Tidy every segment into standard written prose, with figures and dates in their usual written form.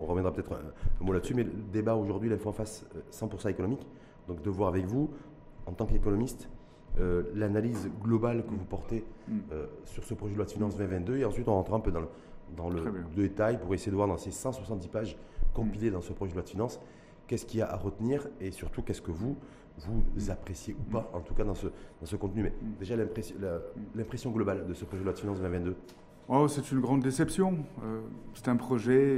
reviendra peut-être un mot là-dessus, mais le débat aujourd'hui, il faut en face 100% économique. Donc de voir avec vous, en tant qu'économiste, l'analyse globale que vous portez sur ce projet de loi de finances 2022, et ensuite on rentre un peu dans le détail pour essayer de voir dans ces 170 pages compilées dans ce projet de loi de finances, qu'est-ce qu'il y a à retenir et surtout qu'est-ce que vous appréciez ou pas, en tout cas dans ce contenu. Mais déjà l'impression globale de ce projet de loi de finances 2022. Oh, c'est une grande déception. C'est un projet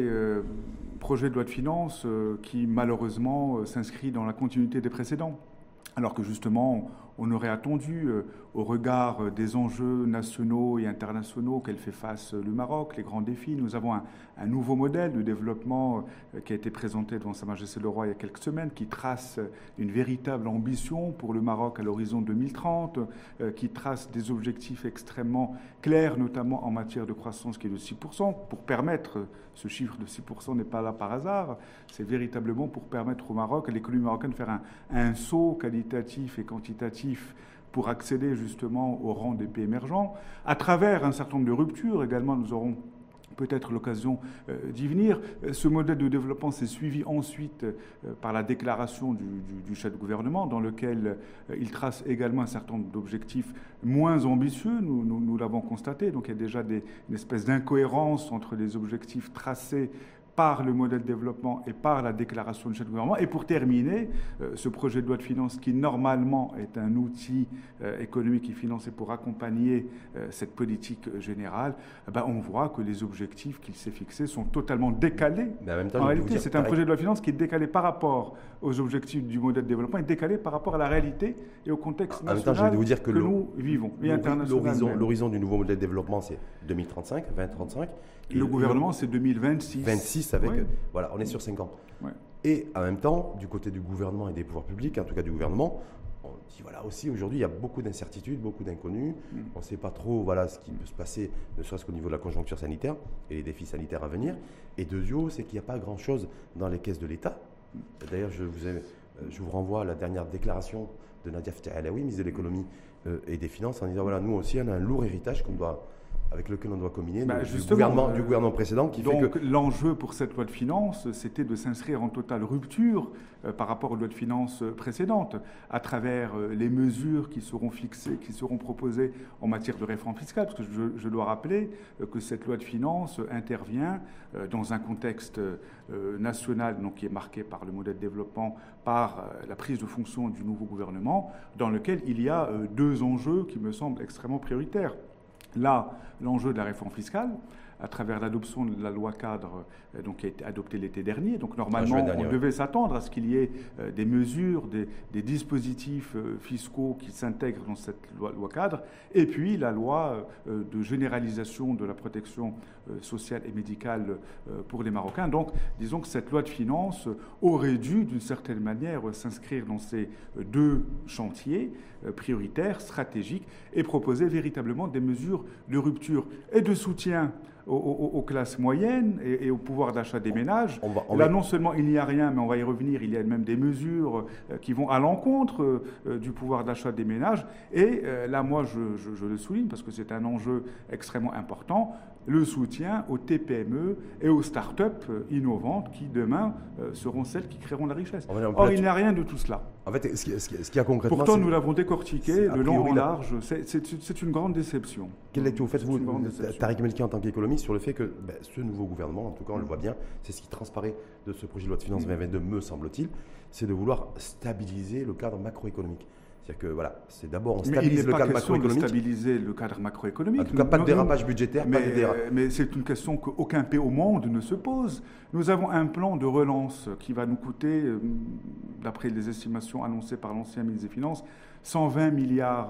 de loi de finances qui malheureusement s'inscrit dans la continuité des précédents. Alors que justement, on aurait attendu, au regard des enjeux nationaux et internationaux auxquels fait face le Maroc, les grands défis. Nous avons un nouveau modèle de développement qui a été présenté devant Sa Majesté le Roi il y a quelques semaines, qui trace une véritable ambition pour le Maroc à l'horizon 2030, qui trace des objectifs extrêmement clairs, notamment en matière de croissance qui est de 6%, pour permettre, ce chiffre de 6% n'est pas là par hasard, c'est véritablement pour permettre au Maroc, à l'économie marocaine, de faire un saut qualitatif et quantitatif pour accéder justement au rang des pays émergents, à travers un certain nombre de ruptures. Également, nous aurons peut-être l'occasion d'y venir. Ce modèle de développement s'est suivi ensuite par la déclaration du chef de gouvernement, dans lequel il trace également un certain nombre d'objectifs moins ambitieux, nous l'avons constaté. Donc il y a déjà une espèce d'incohérence entre les objectifs tracés par le modèle de développement et par la déclaration du chef de gouvernement. Et pour terminer, ce projet de loi de finances qui normalement est un outil économique et financier pour accompagner cette politique générale, on voit que les objectifs qu'il s'est fixés sont totalement décalés. Mais en même temps, en réalité, c'est un projet de loi de finances qui est décalé par rapport aux objectifs du modèle de développement et décalé par rapport à la réalité et au contexte national que nous vivons et international. L'horizon du nouveau modèle de développement, c'est 2035, 2035. Le gouvernement, c'est 2026. 26 avec... Voilà, on est sur 5 ans. Ouais. Et en même temps, du côté du gouvernement et des pouvoirs publics, en tout cas du gouvernement, on dit voilà aussi, aujourd'hui, il y a beaucoup d'incertitudes, beaucoup d'inconnus. On ne sait pas trop ce qui peut se passer, ne serait-ce qu'au niveau de la conjoncture sanitaire et les défis sanitaires à venir. Et deuxièmement, c'est qu'il n'y a pas grand-chose dans les caisses de l'État. D'ailleurs, je vous renvoie à la dernière déclaration de Nadia Fattah Alaoui, ministre de l'économie et des finances, en disant voilà, nous aussi, on a un lourd héritage avec lequel on doit combiner du gouvernement précédent. Donc l'enjeu pour cette loi de finances, c'était de s'inscrire en totale rupture par rapport aux lois de finances précédentes, à travers les mesures qui seront fixées, qui seront proposées en matière de réforme fiscale, parce que je dois rappeler que cette loi de finances intervient dans un contexte national donc, qui est marqué par le modèle de développement, par la prise de fonction du nouveau gouvernement, dans lequel il y a deux enjeux qui me semblent extrêmement prioritaires. Là, l'enjeu de la réforme fiscale, à travers l'adoption de la loi cadre qui a été adoptée l'été dernier. Donc normalement, on devait s'attendre à ce qu'il y ait des mesures, des dispositifs fiscaux qui s'intègrent dans cette loi cadre. Et puis la loi de généralisation de la protection sociale et médicale pour les Marocains. Donc disons que cette loi de finances aurait dû, d'une certaine manière, s'inscrire dans ces deux chantiers prioritaires, stratégiques, et proposer véritablement des mesures de rupture et de soutien aux classes moyennes et au pouvoir d'achat des ménages. Là, non seulement il n'y a rien, mais on va y revenir, il y a même des mesures qui vont à l'encontre du pouvoir d'achat des ménages. Et là, moi, je le souligne parce que c'est un enjeu extrêmement important, le soutien aux TPME et aux start-up innovantes qui, demain, seront celles qui créeront la richesse. Or, il n'y a rien de tout cela. En fait, ce qu'il y a concrètement... Pourtant, nous l'avons décortiqué de long en large. C'est une grande déception. Quelle lecture vous faites, vous, Tariq Melki, en tant qu'économiste, sur le fait que ce nouveau gouvernement, en tout cas, on le voit bien, c'est ce qui transparaît de ce projet de loi de finances 2022, me semble-t-il, c'est de vouloir stabiliser le cadre macroéconomique. C'est-à-dire que voilà, c'est d'abord on stabilise le cadre macroéconomique. De stabiliser le cadre macroéconomique. En tout cas, pas de dérapage budgétaire, pas de dérapage. Mais c'est une question qu'aucun pays au monde ne se pose. Nous avons un plan de relance qui va nous coûter, d'après les estimations annoncées par l'ancien ministre des Finances, 120 milliards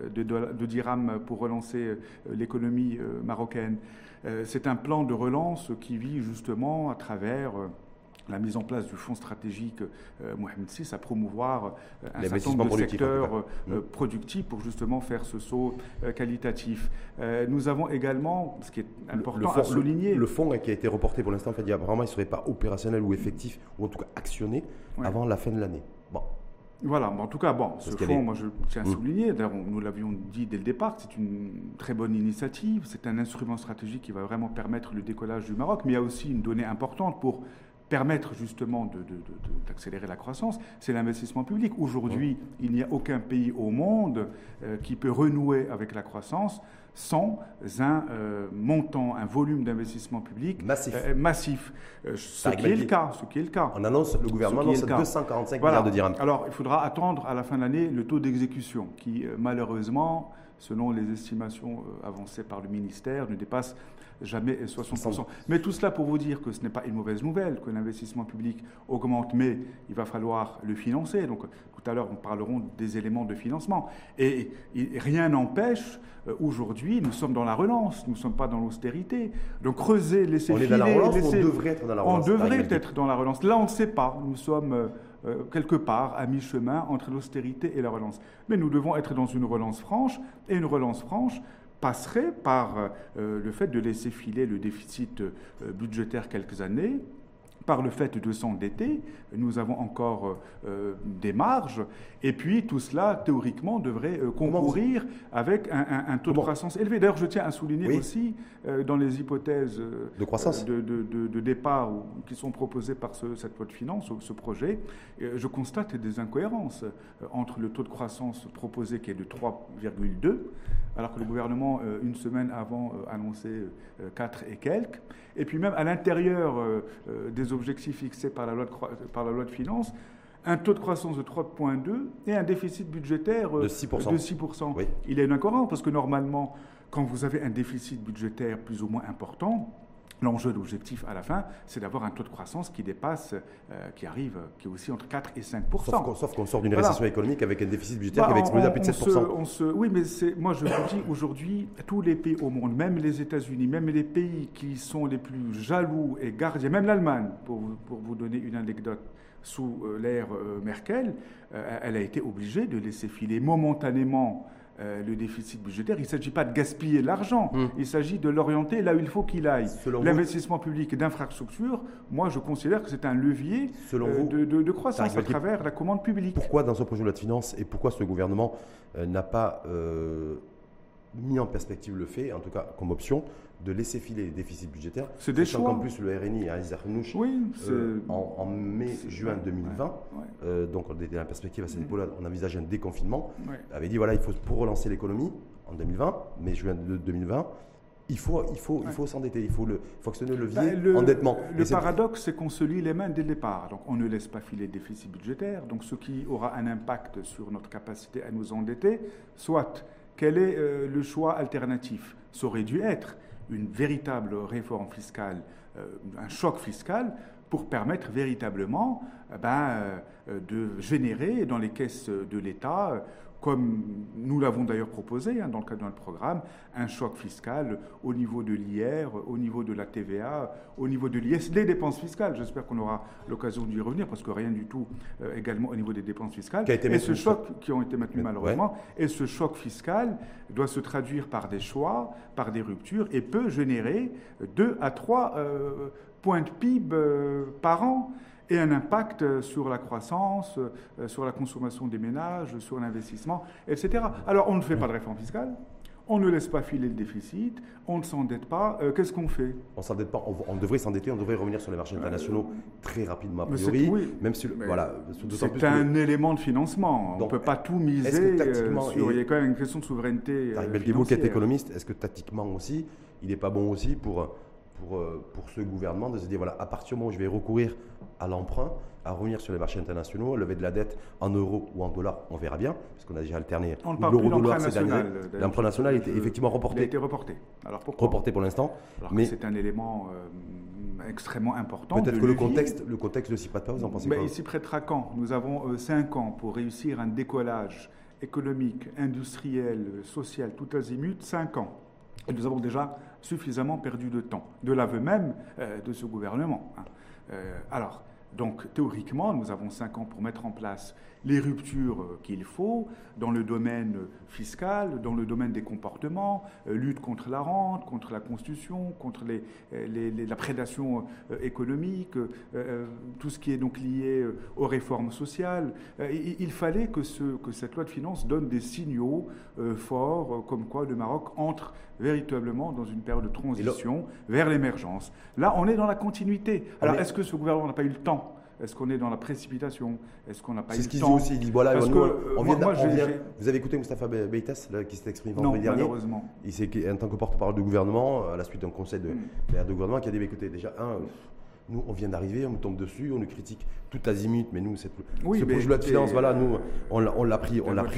de dirhams pour relancer l'économie marocaine. C'est un plan de relance qui vit justement à travers la mise en place du fonds stratégique Mohamed VI à promouvoir un certain nombre de secteurs productifs pour justement faire ce saut qualitatif. Nous avons également, ce qui est important à souligner... Le fonds qui a été reporté pour l'instant, en fait, apparemment, il ne serait pas opérationnel ou effectif, ou en tout cas actionné, avant la fin de l'année. Bon. Voilà, en tout cas, ce fonds, moi je tiens à souligner, d'ailleurs nous l'avions dit dès le départ, c'est une très bonne initiative, c'est un instrument stratégique qui va vraiment permettre le décollage du Maroc, mais il y a aussi une donnée importante pour permettre justement d'accélérer la croissance, c'est l'investissement public. Aujourd'hui, il n'y a aucun pays au monde qui peut renouer avec la croissance sans un montant, un volume d'investissement public massif. Ce qui est le cas. On annonce, le gouvernement annonce 245 milliards de dirhams. Alors, il faudra attendre à la fin de l'année le taux d'exécution qui, malheureusement, selon les estimations avancées par le ministère, ne dépasse jamais 60%. Mais tout cela pour vous dire que ce n'est pas une mauvaise nouvelle, que l'investissement public augmente, mais il va falloir le financer. Donc tout à l'heure, nous parlerons des éléments de financement. Et rien n'empêche, aujourd'hui, nous sommes dans la relance, nous ne sommes pas dans l'austérité. Donc creuser, laisser filer... On est dans la relance ou on devrait être dans la relance? On devrait être dans la relance. Là, on ne sait pas. Nous sommes... quelque part à mi-chemin entre l'austérité et la relance. Mais nous devons être dans une relance franche, et une relance franche passerait par le fait de laisser filer le déficit budgétaire quelques années, par le fait de s'endetter, nous avons encore des marges, et puis tout cela, théoriquement, devrait concourir avec un taux de croissance élevé. D'ailleurs, je tiens à souligner aussi, dans les hypothèses de croissance de départ qui sont proposées par cette loi de finances, ce projet, je constate des incohérences entre le taux de croissance proposé qui est de 3,2, alors que le gouvernement, une semaine avant, annonçait 4 et quelques, et puis même à l'intérieur des objectifs fixés par la loi de finances, un taux de croissance de 3,2 et un déficit budgétaire de 6%. Oui. Il y a une incohérence parce que normalement, quand vous avez un déficit budgétaire plus ou moins important, l'enjeu, l'objectif à la fin, c'est d'avoir un taux de croissance qui dépasse, qui est aussi entre 4 et 5%. Sauf qu'on sort d'une récession économique avec un déficit budgétaire qui va exploser à plus de 7%. Oui, mais moi je vous dis, aujourd'hui, tous les pays au monde, même les États-Unis, même les pays qui sont les plus jaloux et gardiens, même l'Allemagne, pour vous donner une anecdote, sous l'ère Merkel, elle a été obligée de laisser filer momentanément le déficit budgétaire. Il ne s'agit pas de gaspiller l'argent, il s'agit de l'orienter là où il faut qu'il aille. L'investissement public et d'infrastructure, moi je considère que c'est un levier de croissance à travers la commande publique. Pourquoi dans ce projet de loi de finances et pourquoi ce gouvernement n'a pas mis en perspective le fait, en tout cas comme option, de laisser filer les déficits budgétaires? C'est des choix. En plus, le RNI à Isaac Renouch, en mai-juin 2020, donc on était dans la perspective à cette époque-là, on envisage un déconfinement, avait dit voilà, il faut, pour relancer l'économie en 2020, mai-juin 2020, il faut s'endetter, il faut actionner le levier endettement. Le paradoxe, c'est qu'on se lie les mains dès le départ. Donc on ne laisse pas filer le déficit budgétaire, donc ce qui aura un impact sur notre capacité à nous endetter, soit quel est le choix alternatif? Ça aurait dû être une véritable réforme fiscale, un choc fiscal pour permettre véritablement de générer dans les caisses de l'État, comme nous l'avons d'ailleurs proposé dans le cadre de notre programme, un choc fiscal au niveau de l'IR, au niveau de la TVA, au niveau de l'IS, les dépenses fiscales. J'espère qu'on aura l'occasion d'y revenir, parce que rien du tout également au niveau des dépenses fiscales. Et ce choc, qui ont été maintenus malheureusement, et ce choc fiscal doit se traduire par des choix, par des ruptures, et peut générer 2 à 3 points de PIB par an, et un impact sur la croissance, sur la consommation des ménages, sur l'investissement, etc. Alors, on ne fait pas de réforme fiscale, on ne laisse pas filer le déficit, on ne s'endette pas. Qu'est-ce qu'on fait? On ne s'endette pas, on devrait s'endetter, on devrait revenir sur les marchés internationaux très rapidement, a priori. Même si, c'est un élément de financement. On ne peut pas tout miser sur... Il y a quand même une question de souveraineté financière. Qui est économiste, est-ce que tactiquement aussi, il n'est pas bon aussi pour ce gouvernement de se dire, voilà, à partir du moment où je vais recourir à l'emprunt, à revenir sur les marchés internationaux, lever de la dette en euros ou en dollars, on verra bien, parce qu'on a déjà alterné l'euro-dollar ces dernières années. L'emprunt national était effectivement reporté. Il a été reporté. Alors pourquoi? Reporté pour l'instant. Mais c'est un élément extrêmement important. Peut-être que le contexte ne s'y prête pas, vous en pensez quoi? Il s'y prêtera quand? Nous avons 5 ans pour réussir un décollage économique, industriel, social, tout azimut, 5 ans. Et nous avons déjà suffisamment perdu de temps, de l'aveu même de ce gouvernement. Alors, Donc, théoriquement, nous avons 5 ans pour mettre en place les ruptures qu'il faut dans le domaine fiscal, dans le domaine des comportements, lutte contre la rente, contre la Constitution, contre la prédation économique, tout ce qui est donc lié aux réformes sociales. Il fallait que cette loi de finances donne des signaux forts, comme quoi le Maroc entre véritablement dans une période de transition vers l'émergence. Là, on est dans la continuité. Alors, est-ce que ce gouvernement n'a pas eu le temps ? Est-ce qu'on est dans la précipitation? Est-ce qu'on n'a pas eu le temps? C'est ce qu'il dit aussi. Il dit voilà, parce vous avez écouté Moustapha Beytas qui s'est exprimé vendredi dernier? Non, malheureusement. En tant que porte-parole du gouvernement, à la suite d'un conseil de gouvernement, qui a dit écoutez, déjà, nous, on vient d'arriver, on nous tombe dessus, on nous critique tout azimut, mais nous, ce projet de loi de finances, voilà, nous, on l'a pris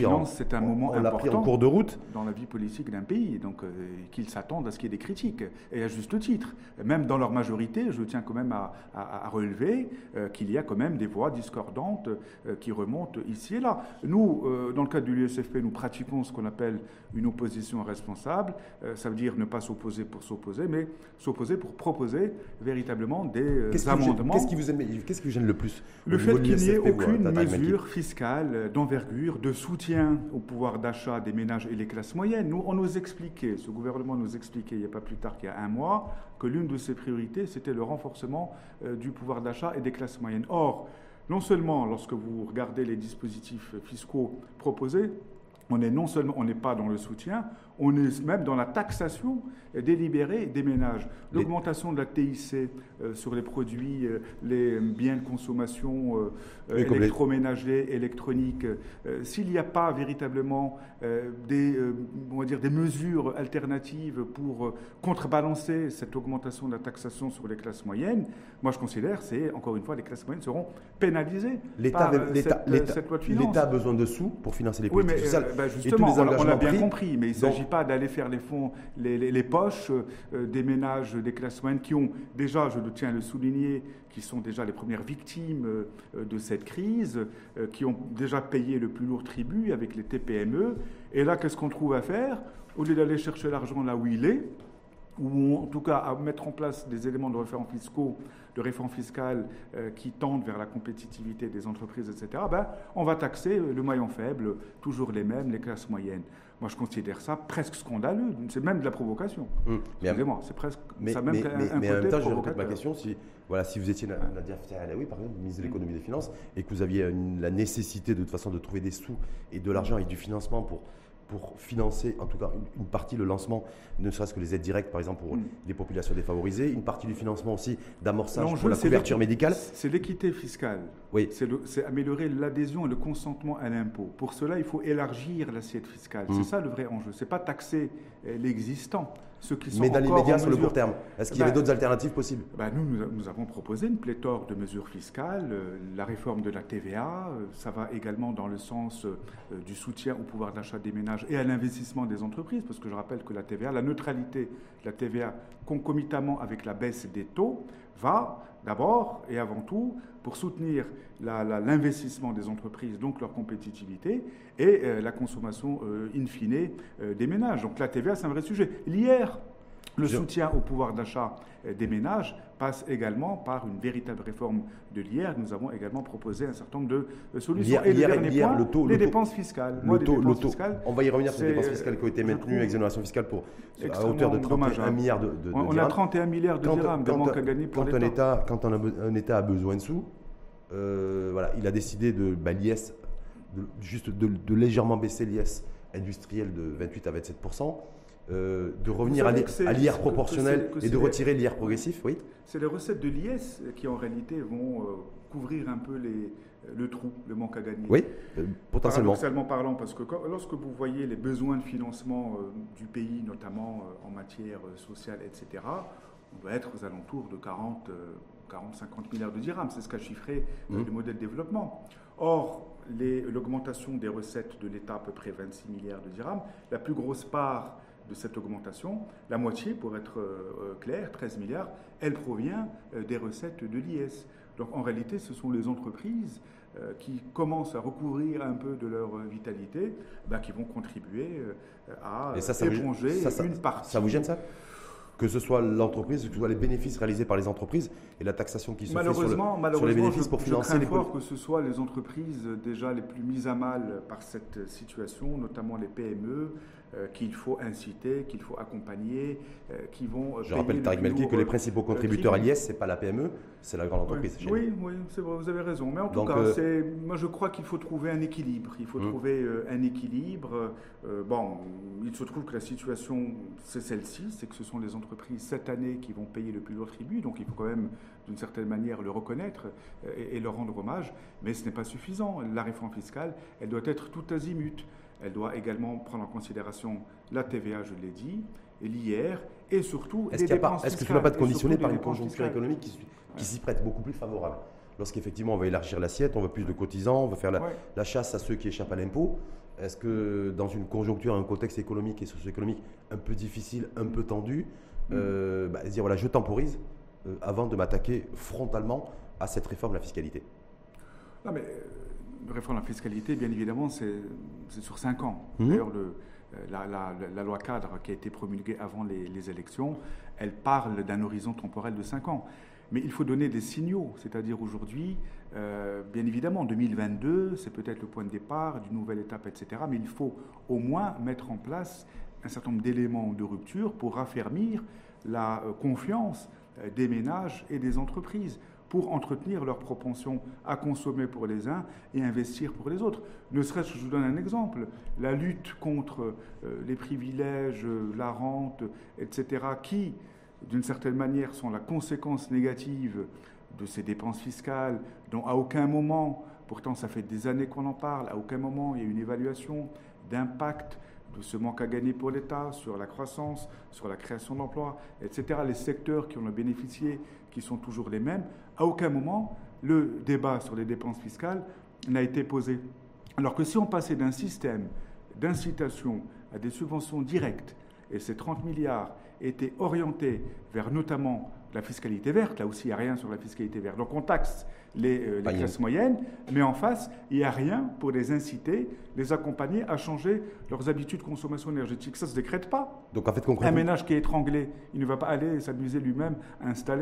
en cours de route. Dans la vie politique d'un pays, donc qu'ils s'attendent à ce qu'il y ait des critiques, et à juste titre. Même dans leur majorité, je tiens quand même à relever qu'il y a quand même des voix discordantes qui remontent ici et là. Nous, dans le cadre de l'USFP, nous pratiquons ce qu'on appelle une opposition responsable. Ça veut dire ne pas s'opposer pour s'opposer, mais s'opposer pour proposer véritablement des amendements. Qu'est-ce qui vous gêne le plus? Le fait qu'il n'y ait aucune mesure fiscale d'envergure, de soutien au pouvoir d'achat des ménages et les classes moyennes. On nous expliquait, ce gouvernement nous expliquait il n'y a pas plus tard qu'il y a un mois, que l'une de ses priorités, c'était le renforcement du pouvoir d'achat et des classes moyennes. Or, non seulement lorsque vous regardez les dispositifs fiscaux proposés, on n'est pas dans le soutien, on est même dans la taxation délibérée des ménages. L'augmentation de la TIC sur les produits, les biens de consommation électroménagers, électroniques, s'il n'y a pas véritablement des mesures alternatives pour contrebalancer cette augmentation de la taxation sur les classes moyennes, moi je considère que encore une fois, les classes moyennes seront pénalisées par cette loi de finances. L'État a besoin de sous pour financer les politiques sociales. Justement, on l'a bien compris, mais il ne s'agit pas d'aller faire les poches des ménages des classes moyennes qui ont déjà, je tiens à le souligner, qui sont déjà les premières victimes de cette crise, qui ont déjà payé le plus lourd tribut avec les TPME. Et là, qu'est-ce qu'on trouve à faire? Au lieu d'aller chercher l'argent là où il est, ou en tout cas à mettre en place des éléments de réforme fiscale qui tendent vers la compétitivité des entreprises, etc., on va taxer le maillon faible, toujours les mêmes, les classes moyennes. Moi, je considère ça presque scandaleux. C'est même de la provocation. Excusez-moi, c'est presque ça même un mais en même temps, je provocateur. répète ma question. Si vous étiez Nadia Alaoui, par exemple, ministre de l'économie et des finances, et que vous aviez la nécessité de toute façon de trouver des sous et de l'argent et du financement pour financer, en tout cas, une partie, le lancement, ne serait-ce que les aides directes, par exemple, pour les populations défavorisées, une partie du financement aussi d'amorçage pour la couverture médicale. C'est l'équité fiscale. Oui. C'est améliorer l'adhésion et le consentement à l'impôt. Pour cela, il faut élargir l'assiette fiscale. C'est ça le vrai enjeu. C'est pas taxer l'existant. Mais dans l'immédiat, sur le court terme, est-ce qu'il y avait d'autres alternatives possibles? Nous avons proposé une pléthore de mesures fiscales. La réforme de la TVA, ça va également dans le sens du soutien au pouvoir d'achat des ménages et à l'investissement des entreprises, parce que je rappelle que la TVA, la neutralité de la TVA concomitamment avec la baisse des taux, va d'abord et avant tout pour soutenir l'investissement des entreprises, donc leur compétitivité, et la consommation in fine des ménages. Donc la TVA, c'est un vrai sujet. L'IR, le soutien au pouvoir d'achat des ménages, passe également par une véritable réforme de l'IR. Nous avons également proposé un certain nombre de solutions. Et le dernier point, les dépenses fiscales. On va y revenir sur les dépenses fiscales qui ont été maintenues, exonération fiscale à hauteur de 31 milliards de dirhams. On a 31 milliards de dirhams de manque à gagner pour l'État. Quand un État a besoin de sous, il a décidé de légèrement baisser l'IS industriel de 28 à 27%. De revenir à l'IR proportionnel et de retirer l'IR progressif, oui. C'est les recettes de l'IS qui, en réalité, vont couvrir un peu le trou, le manque à gagner. Oui, potentiellement. Paradoxalement parlant, parce que lorsque vous voyez les besoins de financement du pays, notamment en matière sociale, etc., on doit être aux alentours de 40-50 milliards de dirhams. C'est ce qu'a chiffré le modèle développement. Or, l'augmentation des recettes de l'État, à peu près 26 milliards de dirhams, la plus grosse part de cette augmentation, la moitié, pour être clair, 13 milliards, elle provient des recettes de l'IS. Donc en réalité, ce sont les entreprises qui commencent à recouvrir un peu de leur vitalité, qui vont contribuer à éponger une partie. Ça vous gêne, ça? Que ce soit l'entreprise, que ce soit les bénéfices réalisés par les entreprises et la taxation qui se fait sur les bénéfices pour financer les fort que ce soit les entreprises déjà les plus mises à mal par cette situation, notamment les PME, qu'il faut inciter, qu'il faut accompagner, qui vont Je rappelle, Tariq Melki, que les principaux contributeurs à l'IS, ce n'est pas la PME, c'est la grande entreprise. Oui, c'est vrai, vous avez raison. Mais en tout cas, moi je crois qu'il faut trouver un équilibre. Il faut trouver un équilibre. Il se trouve que la situation, c'est celle-ci, c'est que ce sont les entreprises cette année qui vont payer le plus lourd tribut, donc il faut quand même d'une certaine manière le reconnaître et leur rendre hommage, mais ce n'est pas suffisant. La réforme fiscale, elle doit être tout azimut. Elle doit également prendre en considération la TVA, je l'ai dit, et l'IR, et surtout les dépenses fiscales. Est-ce que tu ne vas pas te conditionner par une conjoncture économique qui s'y prête beaucoup plus favorable? Lorsqu'effectivement on va élargir l'assiette, on veut plus de cotisants, on veut faire la chasse à ceux qui échappent à l'impôt. Est-ce que dans une conjoncture, un contexte économique et socio-économique un peu difficile, un peu tendu, dire voilà, je temporise avant de m'attaquer frontalement à cette réforme de la fiscalité? Non mais la réforme de la fiscalité, bien évidemment, c'est sur 5 ans. D'ailleurs, la loi cadre qui a été promulguée avant les élections, elle parle d'un horizon temporel de 5 ans. Mais il faut donner des signaux, c'est-à-dire aujourd'hui, bien évidemment, 2022, c'est peut-être le point de départ d'une nouvelle étape, etc. Mais il faut au moins mettre en place un certain nombre d'éléments de rupture pour raffermir la confiance des ménages et des entreprises, pour entretenir leur propension à consommer pour les uns et investir pour les autres. Ne serait-ce que, je vous donne un exemple, la lutte contre les privilèges, la rente, etc., qui, d'une certaine manière, sont la conséquence négative de ces dépenses fiscales, dont à aucun moment, pourtant ça fait des années qu'on en parle, à aucun moment il y a une évaluation d'impact de ce manque à gagner pour l'État, sur la croissance, sur la création d'emplois, etc. Les secteurs qui en ont bénéficié, qui sont toujours les mêmes, à aucun moment, le débat sur les dépenses fiscales n'a été posé. Alors que si on passait d'un système d'incitation à des subventions directes, et ces 30 milliards étaient orientés vers notamment la fiscalité verte, là aussi il n'y a rien sur la fiscalité verte, donc on taxe les classes moyennes, mais en face, il n'y a rien pour les inciter, les accompagner à changer leurs habitudes de consommation énergétique. Ça ne se décrète pas. Donc en fait, concrètement, un ménage qui est étranglé, il ne va pas aller s'amuser lui-même à installer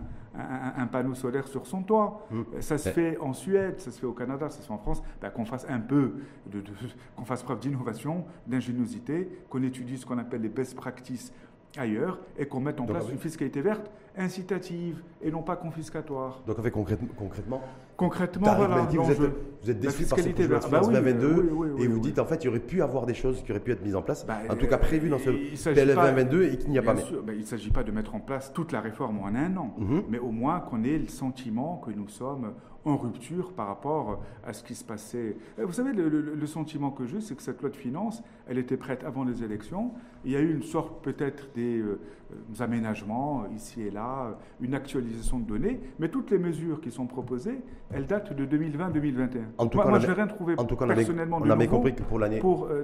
un panneau solaire sur son toit. Ça se fait en Suède, ça se fait au Canada, ça se fait en France. Qu'on fasse un peu, qu'on fasse preuve d'innovation, d'ingéniosité, qu'on étudie ce qu'on appelle les best practices ailleurs et qu'on mette en place une fiscalité verte incitative et non pas confiscatoire. Donc en fait, concrètement, voilà, vous êtes déçu par cette loi de finances 2022 et vous dites en fait il y aurait pu avoir des choses qui auraient pu être mises en place, en tout cas prévues dans ce PLF 2022 et qu'il n'y a pas. Il ne s'agit pas de mettre en place toute la réforme en un an, mais au moins qu'on ait le sentiment que nous sommes en rupture par rapport à ce qui se passait. Vous savez, le sentiment que j'ai, c'est que cette loi de finances, elle était prête avant les élections. Il y a eu une sorte peut-être des aménagements ici et là, une actualisation de données, mais toutes les mesures qui sont proposées, elles datent de 2020-2021. Moi, je n'ai rien trouvé personnellement de nouveau. On avait compris que pour l'année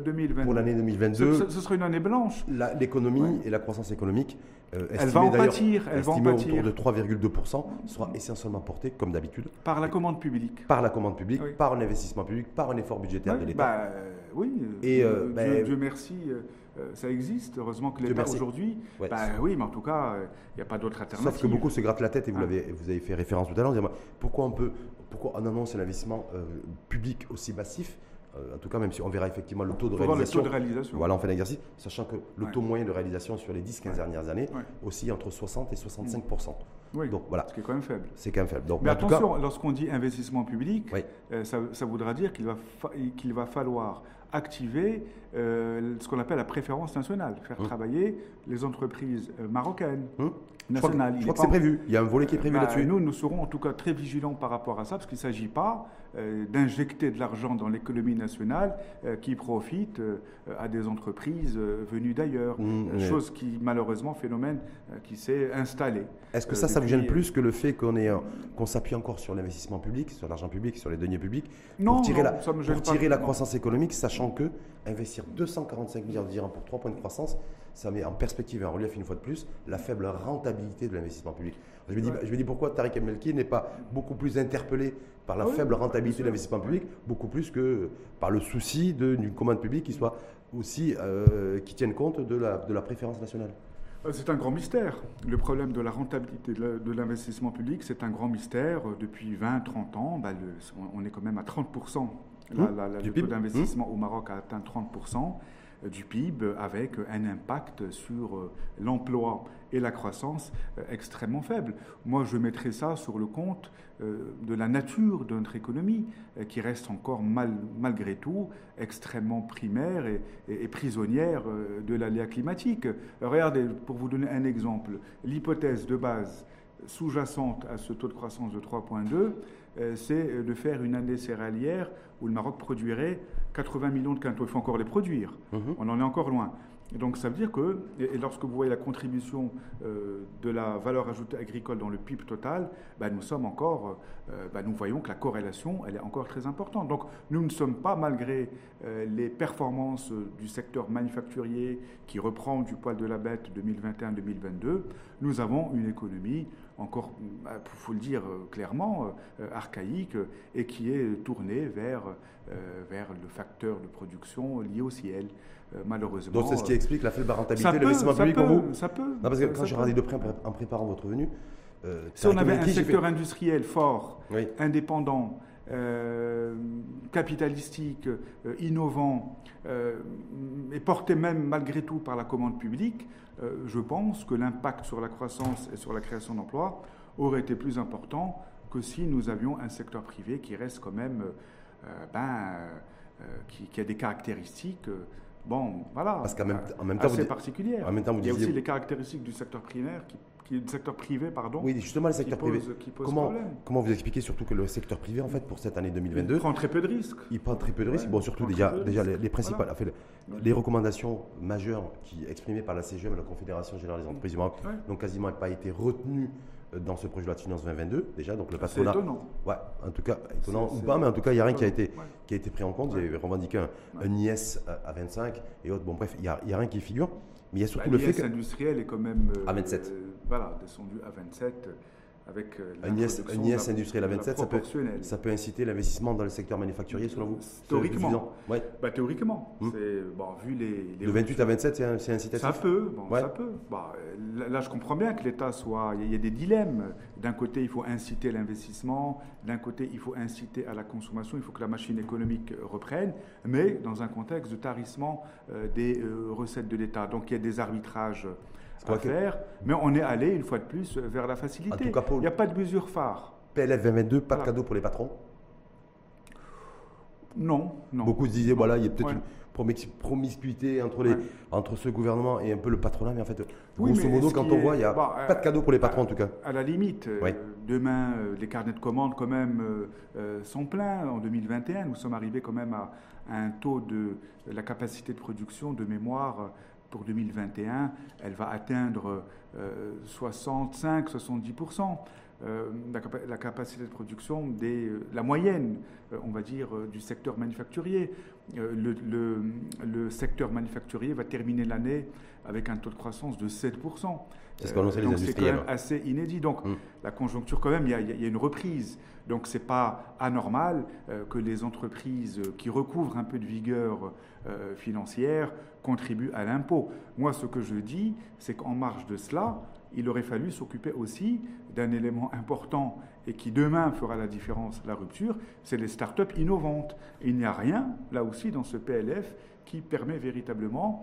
2022, ce serait une année blanche. L'économie et la croissance économique, elle va en pâtir. Autour de 3,2%, sera essentiellement portée, comme d'habitude, par la commande publique. Par la commande publique, par un investissement public, par un effort budgétaire de l'État. Dieu merci, ça existe. Heureusement que l'État aujourd'hui... oui, mais en tout cas, il n'y a pas d'autre alternative. Sauf que beaucoup se grattent la tête, et vous avez fait référence tout à l'heure, pourquoi on annonce un investissement public aussi massif, en tout cas, même si on verra effectivement le taux de réalisation. Voilà, on fait l'exercice, sachant que le taux moyen de réalisation sur les 10-15 dernières années aussi entre 60 et 65%. Oui, donc, voilà. Ce qui est quand même faible. C'est quand même faible. Donc, mais attention, lorsqu'on dit investissement public, ça voudra dire qu'il va falloir activer ce qu'on appelle la préférence nationale, faire travailler les entreprises marocaines, nationales. Je crois que c'est prévu, il y a un volet qui est prévu là-dessus. Nous serons en tout cas très vigilants par rapport à ça, parce qu'il ne s'agit pas d'injecter de l'argent dans l'économie nationale qui profite à des entreprises venues d'ailleurs, chose qui malheureusement, phénomène qui s'est installé. Est-ce que ça vous gêne plus que le fait qu'on s'appuie encore sur l'investissement public, sur l'argent public, sur les deniers publics, pour tirer la croissance économique, sachant que investir 245 milliards de dirhams pour 3 points de croissance, ça met en perspective et en relief une fois de plus la faible rentabilité de l'investissement public. Je me dis pourquoi Tariq Melki n'est pas beaucoup plus interpellé par la faible rentabilité de l'investissement public, beaucoup plus que par le souci d'une commande publique qui soit aussi qui tienne compte de la préférence nationale. C'est un grand mystère. Le problème de la rentabilité de l'investissement public, c'est un grand mystère. Depuis 20-30 ans, on est quand même à 30%. Le taux d'investissement au Maroc a atteint 30% du PIB, avec un impact sur l'emploi et la croissance extrêmement faible. Moi, je mettrais ça sur le compte de la nature de notre économie, qui reste encore malgré tout extrêmement primaire et prisonnière de l'aléa climatique. Regardez, pour vous donner un exemple, l'hypothèse de base sous-jacente à ce taux de croissance de 3,2, c'est de faire une année céréalière où le Maroc produirait 80 millions de quintaux. Il faut encore les produire. On en est encore loin. Et donc ça veut dire que, et lorsque vous voyez la contribution de la valeur ajoutée agricole dans le PIB total, nous sommes encore, nous voyons que la corrélation, elle est encore très importante. Donc nous ne sommes pas, malgré les performances du secteur manufacturier qui reprend du poil de la bête 2021-2022, nous avons une économie encore, il faut le dire clairement, archaïque, et qui est tournée vers le facteur de production lié au ciel. Malheureusement. Donc c'est ce qui explique la faible rentabilité de l'investissement public pour vous? Ça peut. Non, parce que quand j'ai regardé de près en préparant votre venue... si on avait un secteur industriel fort, indépendant, capitalistique, innovant, et porté même malgré tout par la commande publique, je pense que l'impact sur la croissance et sur la création d'emplois aurait été plus important que si nous avions un secteur privé qui reste quand même, qui a des caractéristiques... Parce qu'en même temps, assez particulière. En même temps, il y a aussi les caractéristiques du secteur primaire, du secteur privé, pardon. Oui, justement, le secteur privé. Qui pose problème. Comment vous expliquez surtout que le secteur privé, en fait, pour cette année 2022, il prend très peu de risques. Il prend très peu de risques. Bon, surtout déjà les principales, les recommandations majeures exprimées par la CGM, la Confédération Générale des Entreprises du Maroc, n'ont quasiment pas été retenues dans ce projet de loi de finances 2022, déjà, donc le patronat... C'est étonnant. Ouais, en tout cas, étonnant ou pas, mais en tout cas, il n'y a rien qui a été pris en compte. Il y avait revendiqué un IS à 25 et autres. Bon, bref, il n'y a rien qui figure. Mais il y a surtout le fait que... L'IS industriel est quand même... à 27. Descendu à 27... Avec un IS industriel à 27, ça peut inciter l'investissement dans le secteur manufacturier, selon vous? Théoriquement. Théoriquement. Vu les de 28 à 27, c'est incitatif? Ça peut. Ça peut. Là, je comprends bien que l'État soit... Il y a des dilemmes. D'un côté, il faut inciter l'investissement. D'un côté, il faut inciter à la consommation. Il faut que la machine économique reprenne. Mais dans un contexte de tarissement des recettes de l'État. Donc, il y a des arbitrages à faire, mais on est allé une fois de plus vers la facilité. En tout cas, il n'y a pas de mesure phare. PLF 2022, pas de cadeau pour les patrons? Non. Beaucoup se disaient, il y a peut-être une promiscuité entre ce gouvernement et un peu le patronat, mais en fait, grosso modo, quand on voit, il n'y a pas de cadeau pour les patrons en tout cas. À la limite, demain, les carnets de commandes quand même sont pleins. En 2021, nous sommes arrivés quand même à un taux de la capacité de production de mémoire. Pour 2021, elle va atteindre 65-70%. La capacité de production la moyenne, on va dire, du secteur manufacturier. Le secteur manufacturier va terminer l'année avec un taux de croissance de 7%. C'est ce qu'ont annoncé les industriels. C'est quand même assez inédit. Donc la conjoncture, quand même, il y a une reprise. Donc ce n'est pas anormal que les entreprises qui recouvrent un peu de vigueur financière contribuent à l'impôt. Moi, ce que je dis, c'est qu'en marge de cela, il aurait fallu s'occuper aussi d'un élément important et qui demain fera la différence, la rupture, c'est les start-up innovantes. Et il n'y a rien, là aussi, dans ce PLF qui permet véritablement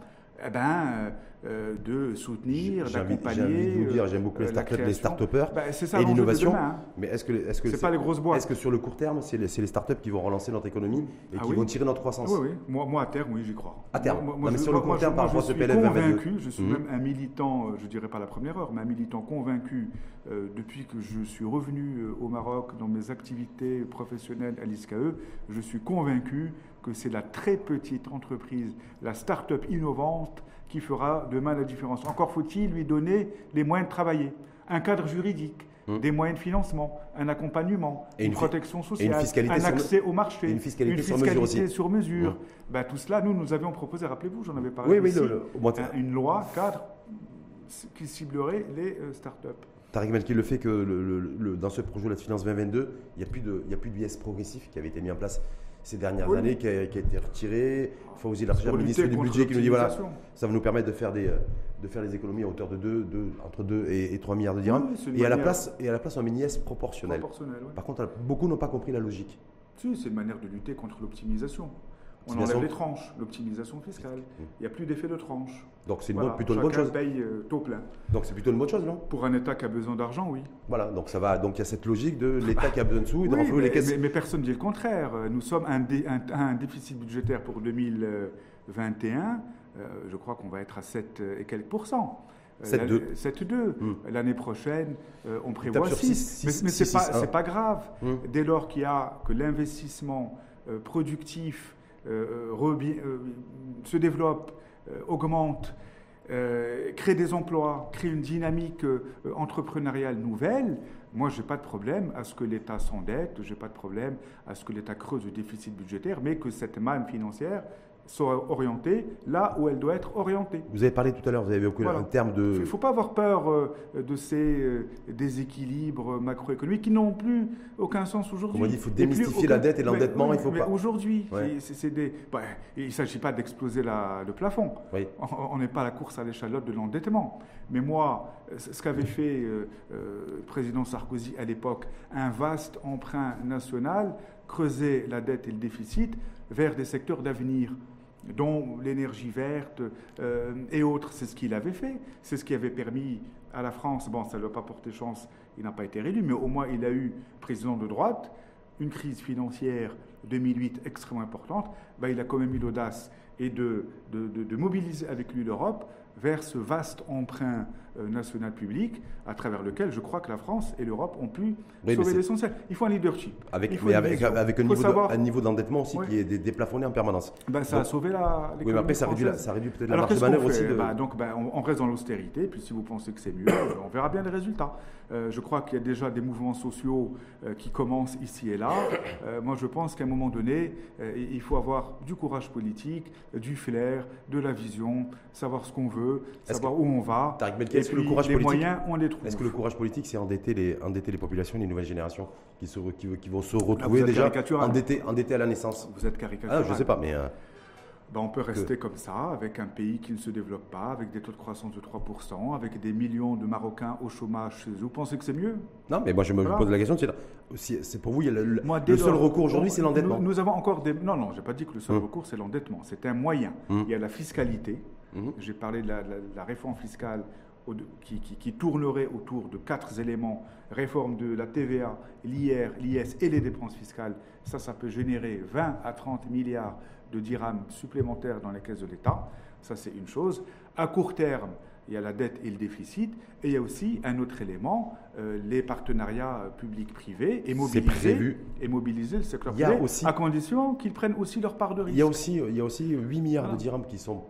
de soutenir, d'accompagner. J'aime beaucoup les start-upers et l'innovation. Mais est-ce que c'est pas les grosses boîtes? Est-ce que sur le court terme, c'est les start-up qui vont relancer notre économie et qui vont tirer notre croissance? Oui. Moi, à terme, oui, j'y crois. À terme. Mais sur le court terme, par rapport à ce PLF 2022, je suis même un militant, je dirais pas la première heure, mais un militant convaincu depuis que je suis revenu au Maroc dans mes activités professionnelles à l'ISCAE, je suis convaincu que c'est la très petite entreprise, la start-up innovante qui fera demain la différence. Encore faut-il lui donner les moyens de travailler, un cadre juridique, des moyens de financement, un accompagnement, une protection sociale, un accès au marché, une fiscalité sur mesure. Tout cela, nous avions proposé, rappelez-vous, j'en avais parlé ici, une loi cadre qui ciblerait les start-up. Tariq Melki, le fait que dans ce projet de la finance 2022, il n'y a plus de IS progressif qui avait été mis en place ces dernières années qui a été retiré. Il faut aussi élargir le ministre du budget qui nous dit voilà, ça va nous permettre de faire des économies à hauteur de entre 2 et 3 milliards de dirhams. Oui, et à la place, on met une IS proportionnelle. Par contre, beaucoup n'ont pas compris la logique. Si, c'est une manière de lutter contre l'optimisation. On enlève les tranches, l'optimisation fiscale. Il n'y a plus d'effet de tranche. Donc c'est plutôt une bonne chose. Chacun paye taux plein. Donc c'est plutôt une bonne chose, non? Pour un État qui a besoin d'argent, oui. Voilà, donc ça va. Donc il y a cette logique de l'État qui a besoin de sous et de renflouer les caisses. Mais personne ne dit le contraire. Nous sommes à un déficit budgétaire pour 2021. Je crois qu'on va être à 7 et quelques %. 7,2. L'année prochaine, on prévoit 6. Mais ce n'est pas grave. Dès lors que l'investissement productif se développe, augmente, crée des emplois, crée une dynamique entrepreneuriale nouvelle, moi, je n'ai pas de problème à ce que l'État s'endette, je n'ai pas de problème à ce que l'État creuse le déficit budgétaire, mais que cette manne financière soit orientée là où elle doit être orientée. Vous avez parlé tout à l'heure, vous avez évoqué un terme de... Il ne faut pas avoir peur de ces déséquilibres macroéconomiques qui n'ont plus aucun sens aujourd'hui. On dit qu'il faut démystifier la dette et l'endettement, il faut pas... Aujourd'hui, il ne s'agit pas d'exploser le plafond. Oui. On n'est pas à la course à l'échalote de l'endettement. Mais moi, ce qu'avait fait le président Sarkozy à l'époque, un vaste emprunt national, creuser la dette et le déficit vers des secteurs d'avenir, dont l'énergie verte et autres. C'est ce qu'il avait fait. C'est ce qui avait permis à la France, bon, ça ne lui a pas porté chance, il n'a pas été réélu, mais au moins il a eu président de droite, une crise financière 2008 extrêmement importante, il a quand même eu l'audace et de mobiliser avec lui l'Europe vers ce vaste emprunt national public à travers lequel je crois que la France et l'Europe ont pu sauver l'essentiel. Il faut un leadership. Avec un niveau d'endettement aussi qui est déplafonné en permanence. Ça a sauvé l'économie. Oui, mais après ça réduit peut-être la marge de manœuvre aussi. On reste dans l'austérité, puis si vous pensez que c'est mieux, on verra bien les résultats. Je crois qu'il y a déjà des mouvements sociaux qui commencent ici et là. Moi, je pense qu'à un moment donné, il faut avoir du courage politique, du flair, de la vision, savoir ce qu'on veut, savoir où on va. Est-ce que le courage politique, moyens, on les trouve. Est-ce que le courage politique, c'est endetter les populations, les nouvelles générations qui vont se retrouver déjà endettées à la naissance? Vous êtes caricatural. Je ne sais pas, mais... On peut rester comme ça, avec un pays qui ne se développe pas, avec des taux de croissance de 3%, avec des millions de Marocains au chômage chez eux. Vous pensez que c'est mieux? Non, mais moi je me pose la question, c'est pour vous, le seul recours aujourd'hui, c'est l'endettement. Nous avons encore des... Non, je n'ai pas dit que le seul recours, c'est l'endettement. C'est un moyen. Il y a la fiscalité. J'ai parlé de la réforme fiscale qui tournerait autour de 4 éléments. Réforme de la TVA, l'IR, l'IS et les dépenses fiscales. Ça peut générer 20 à 30 milliards de dirhams supplémentaires dans les caisses de l'État. Ça, c'est une chose. À court terme, il y a la dette et le déficit. Et il y a aussi un autre élément, les partenariats publics-privés et mobiliser le secteur privé à condition qu'ils prennent aussi leur part de risque. Il y a aussi 8 milliards de dirhams qui sont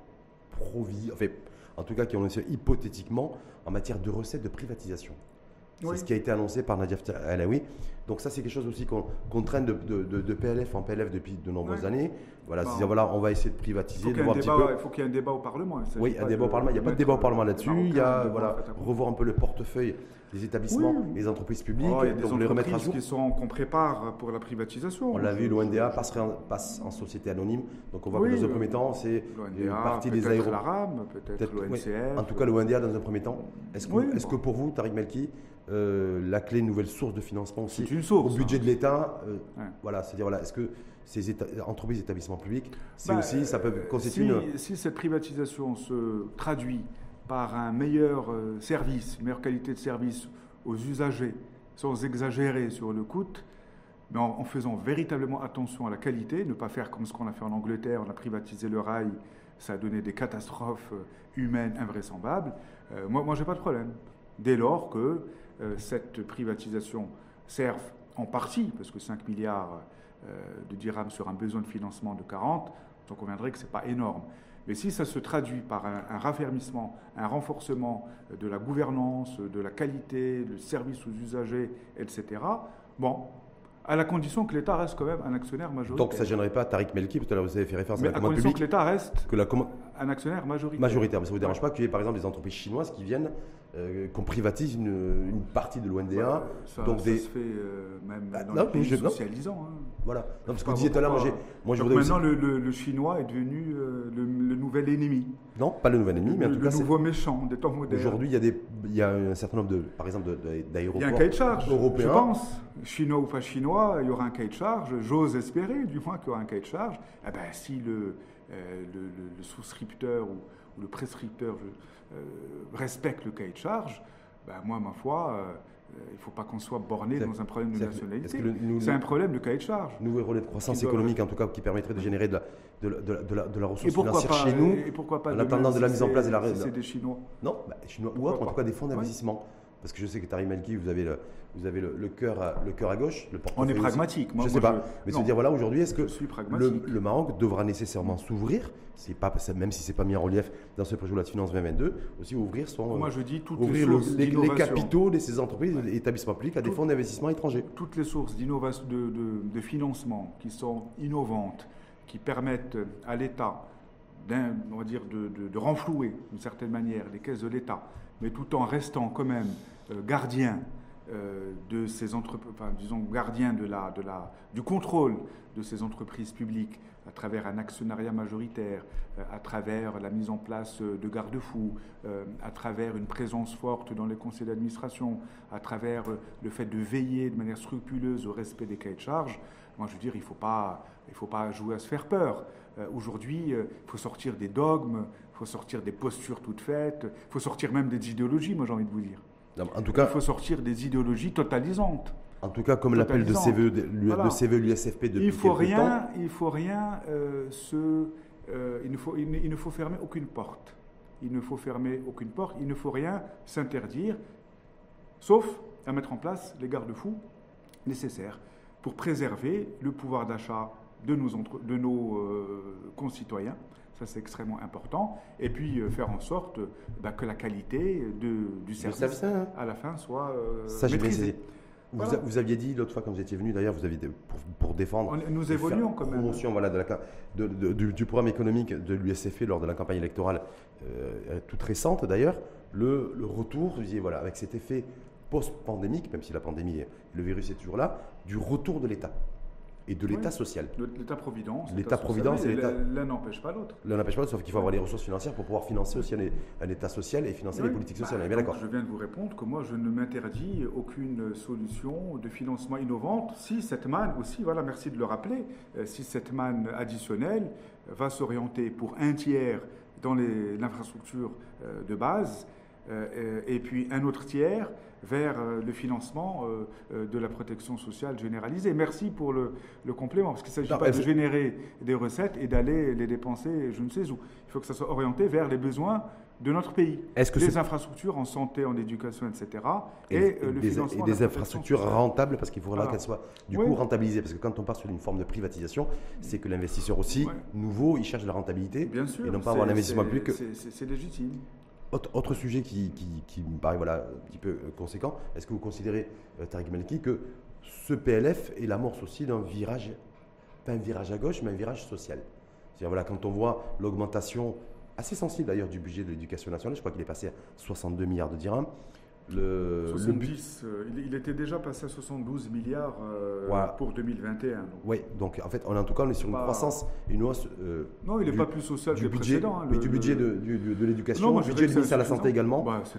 en tout cas qui ont annoncé hypothétiquement en matière de recettes de privatisation. C'est ce qui a été annoncé par Nadia Alaoui. Donc ça, c'est quelque chose aussi qu'on traîne de PLF en PLF depuis de nombreuses années. Voilà, on va essayer de privatiser. Il faut qu'il y ait un débat au Parlement. Oui, un débat au Parlement. Il n'y a pas de débat au Parlement là-dessus. Il y a revoir un peu le portefeuille des établissements, des entreprises publiques. Il y a des entreprises qu'on prépare pour la privatisation. On l'a vu, l'ONDA passe en société anonyme. Donc on voit que dans un premier temps, c'est une partie des aéroports. La RAM, peut-être l'ONCF. En tout cas, l'ONDA dans un premier temps. Est-ce que pour vous, Tariq Melki, la clé, une nouvelle source de financement aussi au budget de l'État, est-ce que ces entreprises, établissements publics, ça peut constituer si cette privatisation se traduit par un meilleur service, une meilleure qualité de service aux usagers, sans exagérer sur le coût, mais en faisant véritablement attention à la qualité, ne pas faire comme ce qu'on a fait en Angleterre, on a privatisé le rail, ça a donné des catastrophes humaines invraisemblables. Moi, je n'ai pas de problème. Dès lors que cette privatisation serve en partie, parce que 5 milliards de dirhams sur un besoin de financement de 40, on conviendrait que ce n'est pas énorme. Mais si ça se traduit par un raffermissement, un renforcement de la gouvernance, de la qualité, du service aux usagers, etc., à la condition que l'État reste quand même un actionnaire majoritaire. Donc ça ne gênerait pas Tariq Melki, tout à l'heure vous avez fait référence à la commande publique. À condition que l'État reste un actionnaire majoritaire. Majoritaire, mais ça ne vous dérange pas qu'il y ait par exemple des entreprises chinoises qui viennent, qu'on privatise une partie de l'ONDA. Ça se fait même dans les pays socialisants. Voilà. Non, parce que vous disiez tout à l'heure, moi je voudrais maintenant, aussi... le chinois est devenu le nouvel ennemi. Non, pas le nouvel ennemi, mais en tout cas... Le nouveau méchant des temps modernes. Aujourd'hui, il y a un certain nombre, par exemple, d'aéroports il y a un cahier de charge, européens. Je pense. Chinois ou pas chinois, il y aura un cahier de charge. J'ose espérer, du moins, qu'il y aura un cahier de charge. Eh ben, si le souscripteur ou le prescripteur respecte le cahier de charge, ben, moi, ma foi... il ne faut pas qu'on soit borné dans un problème de nationalité. C'est un problème de cahier de charge. Nouveau relais de croissance économique, en tout cas, qui permettrait de générer de la ressource financière chez nous, et pourquoi pas en attendant de la mise en place de la... Si c'est des Chinois. Non, Chinois ou autres, en tout cas des fonds d'investissement. Parce que je sais que Tariq Melki, vous avez le cœur à gauche. On est pragmatique. Je ne sais pas. Mais se dire, voilà, aujourd'hui, est-ce que le Maroc devra nécessairement s'ouvrir, même si ce n'est pas mis en relief dans ce projet de loi de finances 2022, aussi ouvrir les capitaux de ces entreprises et établissements publics à des fonds d'investissement étrangers. Toutes les sources d'innovation, de financement qui sont innovantes, qui permettent à l'État on va dire de renflouer d'une certaine manière les caisses de l'État, mais tout en restant quand même gardien de ces entreprises, disons gardien du contrôle de ces entreprises publiques à travers un actionnariat majoritaire, à travers la mise en place de garde-fous, à travers une présence forte dans les conseils d'administration, à travers le fait de veiller de manière scrupuleuse au respect des cahiers de charges. Moi, je veux dire, il ne faut pas jouer à se faire peur. Aujourd'hui, il faut sortir des dogmes, il faut sortir des postures toutes faites, il faut sortir même des idéologies, moi j'ai envie de vous dire. En tout cas, il faut sortir des idéologies totalisantes. En tout cas, comme l'appel de CVE l'USFP depuis quelques temps. Il ne faut fermer aucune porte. Il ne faut fermer aucune porte, il ne faut rien s'interdire, sauf à mettre en place les garde-fous nécessaires pour préserver le pouvoir d'achat de nos concitoyens. Ça, c'est extrêmement important. Et puis, faire en sorte que la qualité du service, à la fin, soit maîtrisée. Voilà. Vous aviez dit l'autre fois, quand vous étiez venu, d'ailleurs, vous aviez pour défendre... Nous évoluons quand même. Promotion du programme économique de l'USFP lors de la campagne électorale toute récente, d'ailleurs. Le retour, vous disiez, voilà, avec cet effet post-pandémique, même si la pandémie, le virus est toujours là, du retour de l'État. Et de l'État social. L'État-providence. L'État-providence et l'État... L'un n'empêche pas l'autre. L'un n'empêche pas l'autre, sauf qu'il faut avoir les ressources financières pour pouvoir financer aussi un État social et financer les politiques sociales. On est bien d'accord. Je viens de vous répondre que moi, je ne m'interdis aucune solution de financement innovante si cette manne aussi, voilà, merci de le rappeler, si cette manne additionnelle va s'orienter pour un tiers dans l'infrastructure de base et puis un autre tiers vers le financement de la protection sociale généralisée. Merci pour le complément, parce qu'il ne s'agit pas de générer des recettes et d'aller les dépenser je ne sais où. Il faut que ça soit orienté vers les besoins de notre pays. Les infrastructures en santé, en éducation, etc. Et le financement des infrastructures rentables, parce qu'il faudra qu'elles soient du coup rentabilisées. Parce que quand on part sur une forme de privatisation, c'est que l'investisseur aussi, nouveau, il cherche la rentabilité. Bien sûr, et non pas avoir l'investissement public. C'est légitime. Autre sujet qui me paraît un petit peu conséquent, est-ce que vous considérez, Tariq Melki, que ce PLF est l'amorce aussi d'un virage, pas un virage à gauche, mais un virage social? C'est-à-dire, quand on voit l'augmentation assez sensible d'ailleurs du budget de l'éducation nationale, je crois qu'il est passé à 62 milliards de dirhams. 70, il était déjà passé à 72 milliards pour 2021. Oui, donc en fait, en tout cas, on est sur une croissance, une hausse. Non, il n'est pas plus social que le précédent. Mais du budget de l'éducation, le budget du ministère de la Santé également.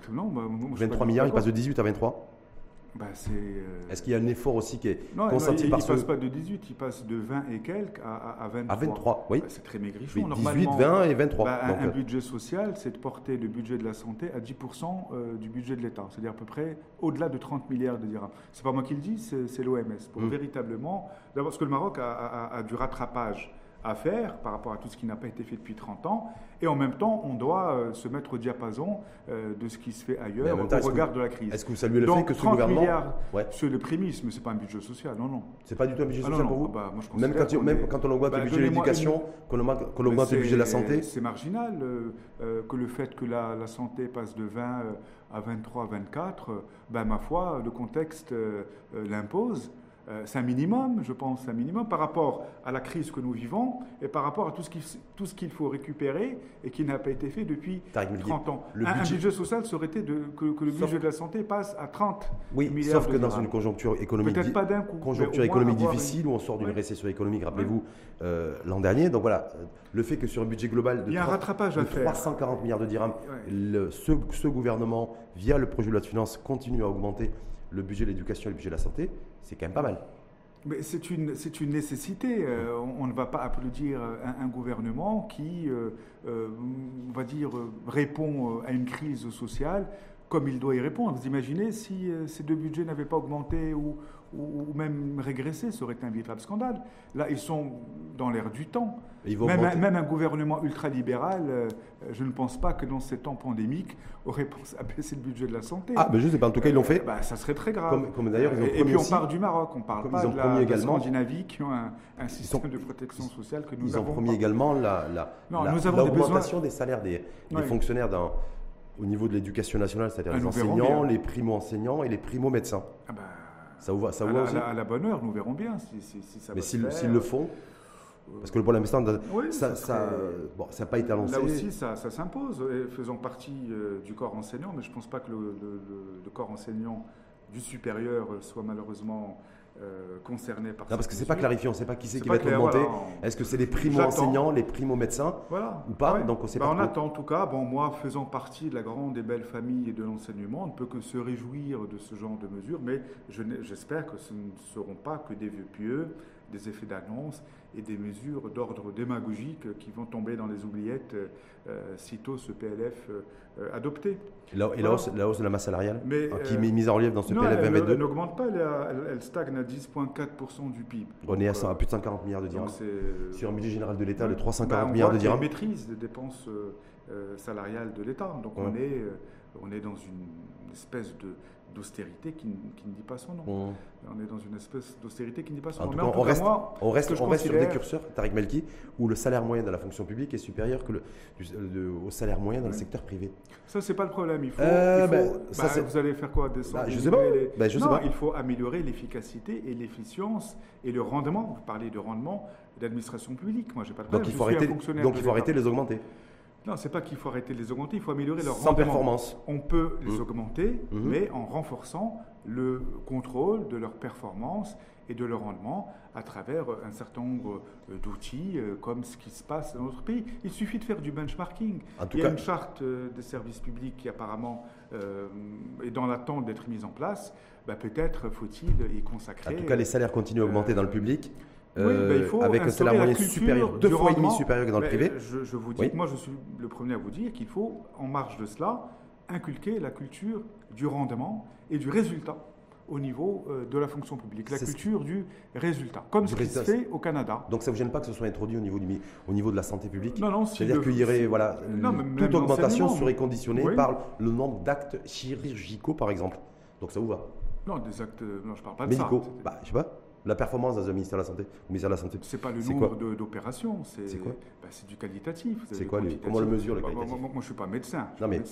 23 milliards, il passe de 18 à 23. Est-ce qu'il y a un effort aussi qui est consenti par il ne passe pas de 18, il passe de 20 et quelques à 23. À 23, oui. C'est très maigrichon. 18, normalement, 20 et 23. Un budget social, c'est de porter le budget de la santé à 10% du budget de l'État. C'est-à-dire à peu près au-delà de 30 milliards de dirhams. Ce n'est pas moi qui le dis, c'est l'OMS. Pour véritablement... D'abord, parce que le Maroc a du rattrapage à faire par rapport à tout ce qui n'a pas été fait depuis 30 ans. Et en même temps, on doit se mettre au diapason de ce qui se fait ailleurs au regard de la crise. Est-ce que vous saluez le fait que ce gouvernement... 30 milliards, c'est le prémisse, mais ce n'est pas un budget social, non. C'est pas du tout un budget social pour vous? Moi, je même quand on augmente le budget de l'éducation, qu'on augmente le budget de la santé? C'est marginal que le fait que la santé passe de 20 à 23, 24, ma foi, le contexte l'impose. C'est un minimum, je pense, un minimum par rapport à la crise que nous vivons et par rapport à tout ce qu'il faut récupérer et qui n'a pas été fait depuis 30 ans. Un budget social, ça aurait été que le budget de la santé passe à 30 milliards sauf que dans une conjoncture économique, peut-être pas d'un coup, difficile où on sort d'une récession économique, rappelez-vous, l'an dernier. Donc voilà, le fait que sur un budget global de, 340 milliards de dirhams, ce gouvernement, via le projet de loi de finances, continue à augmenter le budget de l'éducation et le budget de la santé, c'est quand même pas mal. Mais c'est une nécessité. On ne va pas applaudir un gouvernement qui, on va dire, répond à une crise sociale comme il doit y répondre. Vous imaginez si ces deux budgets n'avaient pas augmenté ou même régressé, ça aurait été un véritable scandale. Là, ils sont dans l'air du temps. Même un gouvernement ultralibéral, je ne pense pas que dans ces temps pandémiques, aurait pensé à baisser le budget de la santé. Ah, mais je ne sais pas, en tout cas, ils l'ont fait. Ça serait très grave. Comme d'ailleurs, ils ont et puis on part du Maroc, on ne parle pas de la Scandinavie qui ont un système de protection sociale que nous avons. Ils ont promis également l'augmentation des salaires des fonctionnaires au niveau de l'éducation nationale, c'est-à-dire les enseignants, les primo-enseignants et les primo-médecins. Ça vous va aussi à la bonne heure, nous verrons bien si ça va. Mais s'ils le font, parce que pour l'instant, ça n'a pas été annoncé. Là aussi, ça s'impose, faisant partie du corps enseignant, mais je ne pense pas que le corps enseignant du supérieur soit malheureusement concernés par ça. Parce que c'est pas clarifié, on ne sait pas qui c'est qui va être augmenté. Voilà, est-ce que c'est les primo-enseignants, les primo-médecins ou pas? Donc on sait pas. On attend en tout cas. Bon, moi, faisant partie de la grande et belle famille de l'enseignement, on ne peut que se réjouir de ce genre de mesures, mais j'espère que ce ne seront pas que des vœux pieux, des effets d'annonce et des mesures d'ordre démagogique qui vont tomber dans les oubliettes sitôt ce PLF adopté. Et la hausse de la masse salariale qui est mise en relief dans ce PLF 2022 elle n'augmente pas, elle stagne à 10,4% du PIB. On est à plus de 140 milliards de dirhams. Sur un budget général de l'État de 340 milliards de dirhams. On maîtrise des dépenses salariales de l'État. Donc on est dans une espèce d'austérité qui ne dit pas son nom. On est dans une espèce d'austérité qui ne dit pas son nom. On reste sur des curseurs, Tariq Melki, où le salaire moyen de la fonction publique est supérieur au salaire moyen dans le secteur privé. Ça, c'est pas le problème. Vous allez faire quoi? Je sais pas. Il faut améliorer l'efficacité et l'efficience et le rendement. Vous parlez de rendement d'administration publique. Moi, j'ai pas de problème. Donc il faut arrêter de les augmenter. Non, c'est pas qu'il faut arrêter de les augmenter, il faut améliorer leur rendement. Sans performance. On peut les augmenter, mais en renforçant le contrôle de leur performance et de leur rendement à travers un certain nombre d'outils, comme ce qui se passe dans notre pays. Il suffit de faire du benchmarking. Il y a une charte des services publics qui apparemment est dans l'attente d'être mise en place. Peut-être faut-il y consacrer... En tout cas, les salaires continuent à augmenter dans le public. Avec un salaire moyen supérieur, 2,5 fois supérieur que dans le privé. Je vous dis, moi je suis le premier à vous dire qu'il faut, en marge de cela, inculquer la culture du rendement et du résultat au niveau de la fonction publique. La culture du résultat, comme ce qui se fait au Canada. Donc ça ne vous gêne pas que ce soit introduit au niveau de la santé publique? Non. C'est-à-dire qu'il y aurait, toute augmentation serait conditionnée par le nombre d'actes chirurgicaux, par exemple. Donc ça vous va? Non, des actes, je ne parle pas de médicaux. Ça. Je sais pas. La performance dans un ministère de la Santé, au ministère de la Santé. C'est pas le nombre d'opérations, c'est quoi? C'est du qualitatif. C'est quoi comment le mesure le qualitatif? Moi, je ne suis pas médecin.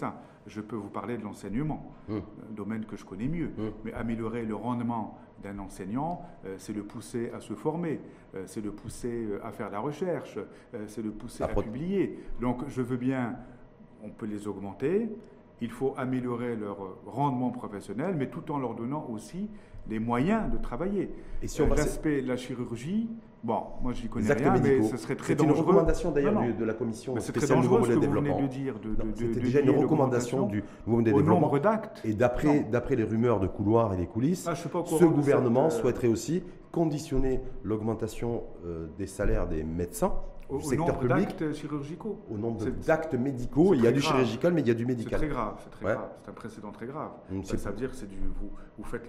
Je peux vous parler de l'enseignement, un domaine que je connais mieux. Mais améliorer le rendement d'un enseignant, c'est le pousser à se former, c'est le pousser à faire de la recherche, c'est le pousser à publier. Donc, je veux bien, on peut les augmenter. Il faut améliorer leur rendement professionnel, mais tout en leur donnant aussi les moyens de travailler. Et si l'aspect de la chirurgie, moi je n'y connais rien, mais ce serait très dangereux. C'est une recommandation d'ailleurs de la commission spéciale Nouveau Modèle de Développement. C'était déjà une recommandation du Nouveau Modèle de Développement. Et d'après les rumeurs de couloirs et les coulisses, ce gouvernement souhaiterait aussi conditionner l'augmentation des salaires des médecins au nombre d'actes chirurgicaux. Au nombre d'actes médicaux. Il y a du chirurgical, mais il y a du médical. C'est très grave. C'est un précédent très grave. Ça veut dire que vous faites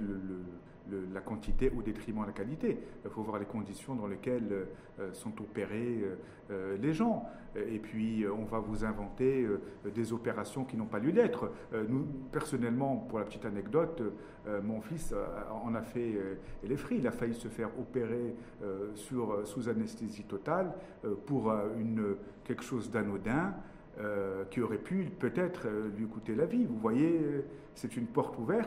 la quantité au détriment de la qualité. Il faut voir les conditions dans lesquelles sont opérés les gens. Et puis, on va vous inventer des opérations qui n'ont pas lieu d'être. Nous, personnellement, pour la petite anecdote, mon fils en a fait les frais. Il a failli se faire opérer sous anesthésie totale pour quelque chose d'anodin qui aurait pu peut-être lui coûter la vie. Vous voyez, c'est une porte ouverte.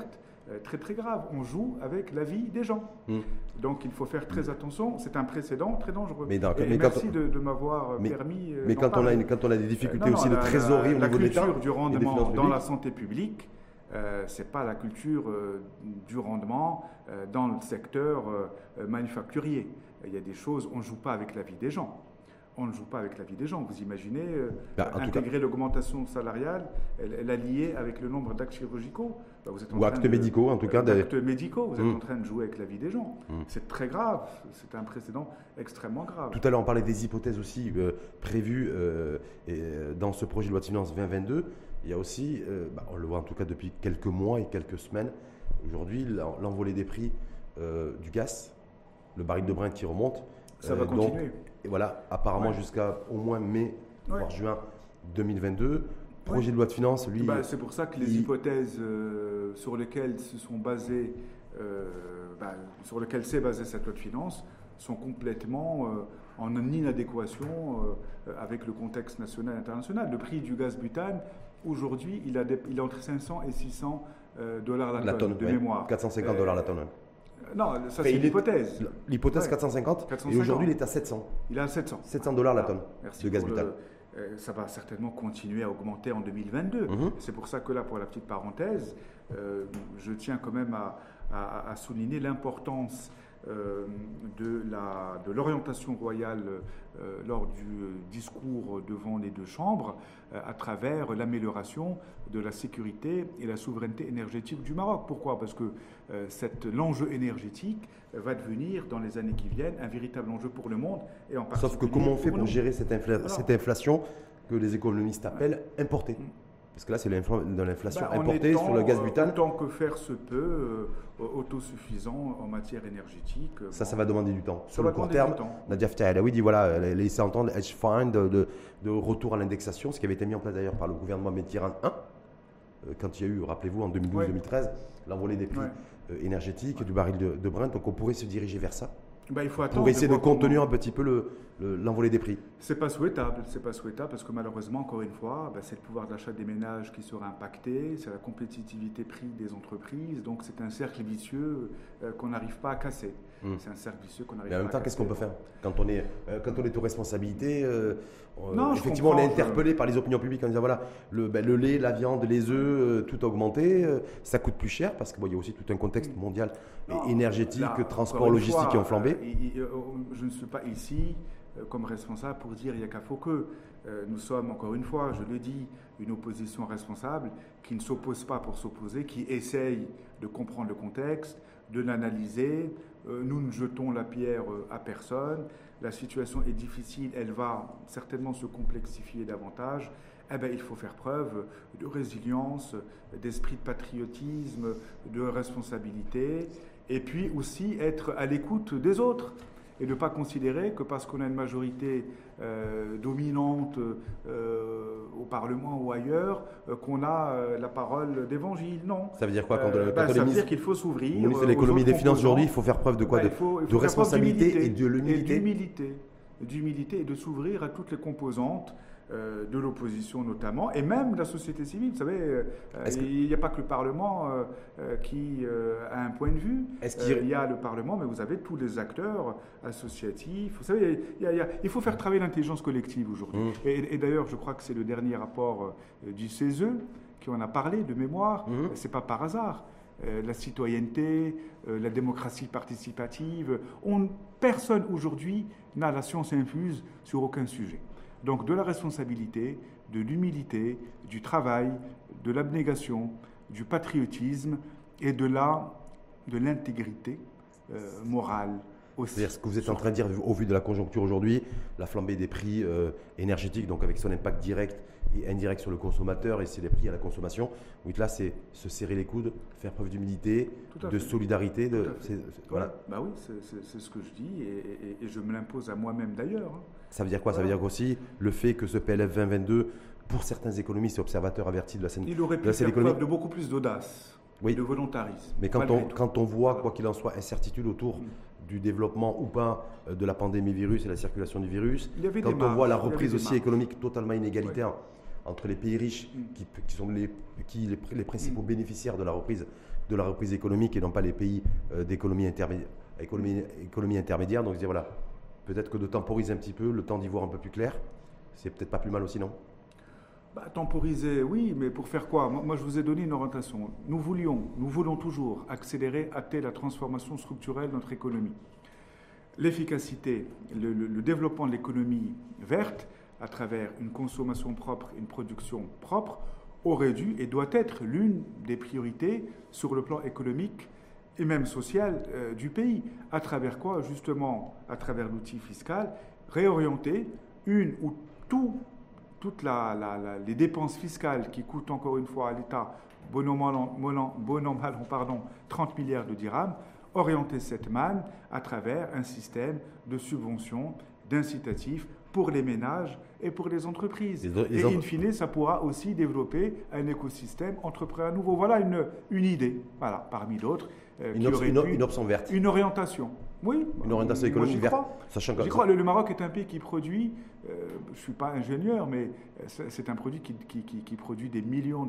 très très grave. On joue avec la vie des gens. Donc il faut faire très attention. C'est un précédent très dangereux. Merci de m'avoir permis. Mais quand on a des difficultés aussi de trésorerie au niveau de l'État, la culture du rendement dans la santé publique, c'est pas la culture du rendement dans le secteur manufacturier. Il y a des choses, on ne joue pas avec la vie des gens. On ne joue pas avec la vie des gens. Vous imaginez intégrer l'augmentation salariale, la lier avec le nombre d'actes chirurgicaux. Ou actes médicaux, en tout cas. Actes médicaux, vous êtes en train de jouer avec la vie des gens. C'est très grave. C'est un précédent extrêmement grave. Tout à l'heure, on parlait des hypothèses aussi prévues dans ce projet de loi de finances 2022. Il y a aussi, on le voit en tout cas depuis quelques mois et quelques semaines, aujourd'hui, l'envolée des prix du gaz, le baril de Brent qui remonte. Ça va continuer. Et voilà, apparemment jusqu'à au moins mai, voire juin 2022. Projet de loi de finances, lui. C'est pour ça que les hypothèses sur lesquelles se sont basées, sur lesquelles s'est basée cette loi de finances, sont complètement en inadéquation avec le contexte national et international. Le prix du gaz butane, aujourd'hui, il est entre 500 et 600 dollars la tonne de mémoire. 450 dollars la tonne. Non, ça c'est l'hypothèse. L'hypothèse 450, et aujourd'hui il est à 700. Il est à 700. 700 dollars la tonne de gaz butane. Ça va certainement continuer à augmenter en 2022. C'est pour ça que là, pour la petite parenthèse, je tiens quand même à souligner l'importance de l'orientation royale lors du discours devant les deux chambres à travers l'amélioration de la sécurité et la souveraineté énergétique du Maroc. Pourquoi ? Parce que l'enjeu énergétique va devenir, dans les années qui viennent, un véritable enjeu pour le monde et en particulier. Sauf que comment on fait pour gérer cette inflation que les économistes appellent importée ? Parce que là, c'est de l'inflation importée sur le gaz butane. Autant que faire se peut, autosuffisant en matière énergétique. Ça va demander du temps. Sur le court terme, Nadia Ftahelaoui dit laissez entendre hedge fund de retour à l'indexation, ce qui avait été mis en place d'ailleurs par le gouvernement Mitterrand 1, quand il y a eu, rappelez-vous, en 2012-2013, l'envolée des prix énergétiques du baril de Brent. Donc on pourrait se diriger vers ça. Il faut attendre pour essayer de contenir un petit peu l'envolée des prix. C'est pas souhaitable parce que malheureusement, encore une fois, c'est le pouvoir d'achat des ménages qui sera impacté, c'est la compétitivité prix des entreprises, donc c'est un cercle vicieux qu'on n'arrive pas à casser. C'est un cercle vicieux qu'on n'arrive pas à casser. Mais en même temps, qu'est-ce qu'on peut faire quand on est aux responsabilités effectivement, on est interpellé par les opinions publiques en disant voilà, le lait, la viande, les œufs, tout a augmenté, ça coûte plus cher parce qu'il y a aussi tout un contexte mondial énergétique, transport, logistique qui ont flambé. Je ne suis pas ici comme responsable pour dire il n'y a qu'à faut que. Nous sommes, encore une fois, je le dis, une opposition responsable qui ne s'oppose pas pour s'opposer, qui essaye de comprendre le contexte, de l'analyser. Nous ne jetons la pierre à personne. La situation est difficile, elle va certainement se complexifier davantage. Il faut faire preuve de résilience, d'esprit de patriotisme, de responsabilité, et puis aussi être à l'écoute des autres. Et ne pas considérer que parce qu'on a une majorité dominante au Parlement ou ailleurs, qu'on a la parole d'évangile. Non. Ça veut dire quoi quand ça veut dire qu'il faut s'ouvrir. Le ministre de l'économie et des finances aujourd'hui, il faut faire preuve de quoi de responsabilité et de l'humilité. D'humilité et de s'ouvrir à toutes les composantes de l'opposition notamment, et même la société civile. Vous savez, il n'y a pas que le Parlement qui a un point de vue. Il y a le Parlement, mais vous avez tous les acteurs associatifs. Vous savez, il faut faire travailler l'intelligence collective aujourd'hui. Et d'ailleurs, je crois que c'est le dernier rapport du CESE qui en a parlé de mémoire. C'est pas par hasard. La citoyenneté, la démocratie participative. Personne aujourd'hui n'a la science infuse sur aucun sujet. Donc de la responsabilité, de l'humilité, du travail, de l'abnégation, du patriotisme et de l'intégrité morale aussi. C'est-à-dire ce que vous êtes en train de dire au vu de la conjoncture aujourd'hui, la flambée des prix énergétiques, donc avec son impact direct et indirect sur le consommateur, et c'est les prix à la consommation. Oui, là, c'est se serrer les coudes, faire preuve d'humilité, de solidarité. Voilà. Oui, c'est ce que je dis, et je me l'impose à moi-même d'ailleurs. Ça veut dire quoi ? Ça veut dire aussi le fait que ce PLF 2022, pour certains économistes et observateurs avertis de la scène économique, il aurait pu faire preuve de beaucoup plus d'audace, de volontarisme. Mais quand on voit, quoi qu'il en soit, incertitude autour du développement ou pas de la pandémie virus et la circulation du virus, quand on voit la reprise aussi économique totalement inégalitaire entre les pays riches qui sont les principaux bénéficiaires de la reprise de la reprise économique et non pas les pays d'économie intermédiaire. Donc je dis voilà, peut-être que de temporiser un petit peu, le temps d'y voir un peu plus clair, c'est peut-être pas plus mal aussi, non? Temporiser, oui, mais pour faire quoi? Moi, je vous ai donné une orientation. Nous voulons toujours accélérer à la transformation structurelle de notre économie. L'efficacité, le développement de l'économie verte, à travers une consommation propre, une production propre, aurait dû et doit être l'une des priorités sur le plan économique et même social du pays. À travers quoi? Justement, à travers l'outil fiscal, réorienter une ou toutes les dépenses fiscales qui coûtent encore une fois à l'État, bon an mal an, 30 milliards de dirhams, orienter cette manne à travers un système de subventions, d'incitatifs pour les ménages et pour les entreprises. Et in fine, ça pourra aussi développer un écosystème entrepreneur nouveau. Voilà une idée, voilà, parmi d'autres. Une option verte. Une orientation. Oui. Une orientation économique verte. J'y crois. Le Maroc est un pays qui produit, je ne suis pas ingénieur, mais c'est un produit qui produit des millions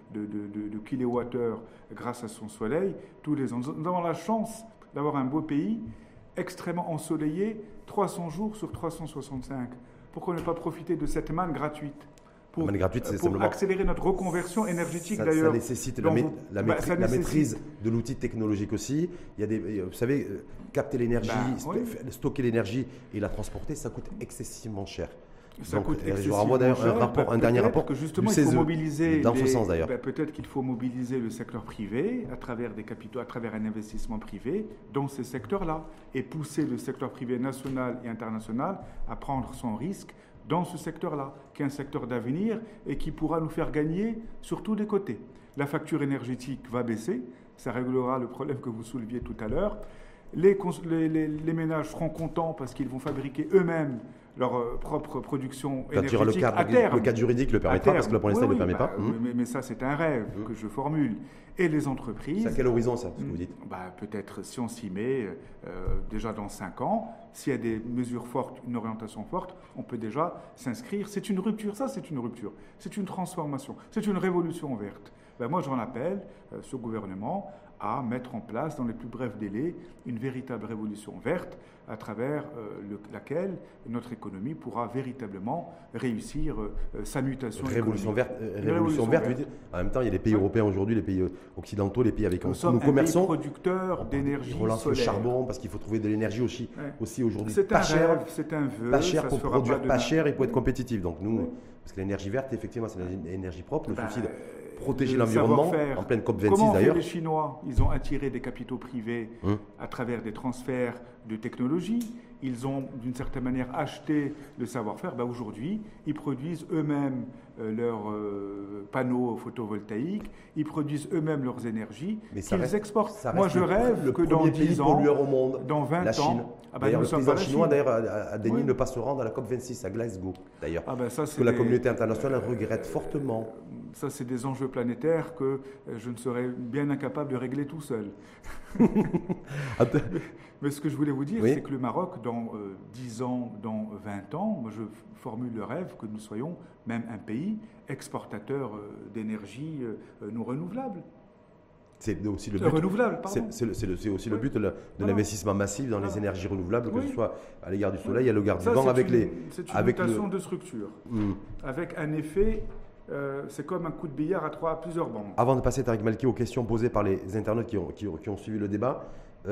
de kilowattheures grâce à son soleil tous les ans. Nous avons la chance d'avoir un beau pays extrêmement ensoleillé, 300 jours sur 365. Pourquoi ne pas profiter de cette manne gratuite pour accélérer notre reconversion énergétique d'ailleurs? Ça nécessite la maîtrise de l'outil technologique aussi. Il y a vous savez, capter l'énergie, stocker l'énergie et la transporter, ça coûte excessivement cher. Ça coûte excessivement cher. Je renvoie d'ailleurs un dernier rapport que justement, il faut mobiliser dans ce sens d'ailleurs. Peut-être qu'il faut mobiliser le secteur privé à travers des capitaux, à travers un investissement privé dans ces secteurs-là et pousser le secteur privé national et international à prendre son risque dans ce secteur-là, qui est un secteur d'avenir et qui pourra nous faire gagner sur tous les côtés. La facture énergétique va baisser, ça réglera le problème que vous souleviez tout à l'heure. Les ménages seront contents parce qu'ils vont fabriquer eux-mêmes leur propre production énergétique à terme. Le cadre juridique le permettra parce que là pour l'instant il ne le permet pas. Mais ça c'est un rêve que je formule. Et les entreprises... C'est à quel horizon ça, ce que vous dites? Peut-être si on s'y met déjà dans 5 ans, s'il y a des mesures fortes, une orientation forte, on peut déjà s'inscrire. C'est une rupture, ça c'est une rupture. C'est une transformation, c'est une révolution verte. Moi j'en appelle ce gouvernement à mettre en place dans les plus brefs délais une véritable révolution verte à travers laquelle notre économie pourra véritablement réussir sa mutation révolution économique. Révolution verte, en même temps, il y a les pays européens aujourd'hui, les pays occidentaux, les pays avec qui nous commerçons. Nous sommes un pays producteur d'énergie solaire. On relance le charbon parce qu'il faut trouver de l'énergie aussi aujourd'hui c'est pas cher. C'est un vœu. Pas cher pour produire pas cher et pour être compétitif. Donc nous, parce que l'énergie verte, effectivement, c'est l'énergie propre. Le souci de protéger l'environnement, en pleine COP26 Comment d'ailleurs. Les Chinois, ils ont attiré des capitaux privés à travers des transferts de technologie. Ils ont d'une certaine manière acheté le savoir-faire. Aujourd'hui, ils produisent eux-mêmes leurs panneaux photovoltaïques, ils produisent eux-mêmes leurs énergies qu'ils exportent. Moi, je rêve que dans 10 ans, au monde, dans 20 la Chine. ans... D'ailleurs, le président chinois a daigné ne pas se rendre à la COP26 à Glasgow, d'ailleurs. Que la communauté internationale regrette fortement. Ça, c'est des enjeux planétaires que je ne serais bien incapable de régler tout seul. Mais ce que je voulais vous dire, c'est que le Maroc, dans 10 ans, dans 20 ans, moi je formule le rêve que nous soyons même un pays exportateur d'énergie non renouvelable. C'est aussi le but. Renouvelable, pardon. C'est aussi le but de l'investissement massif dans les énergies renouvelables, que ce soit à l'égard du soleil, à l'égard du vent, avec les. C'est une mutation de structure, avec un effet. C'est comme un coup de billard à plusieurs bandes. Avant de passer, Tariq Malki, aux questions posées par les internautes qui ont suivi le débat,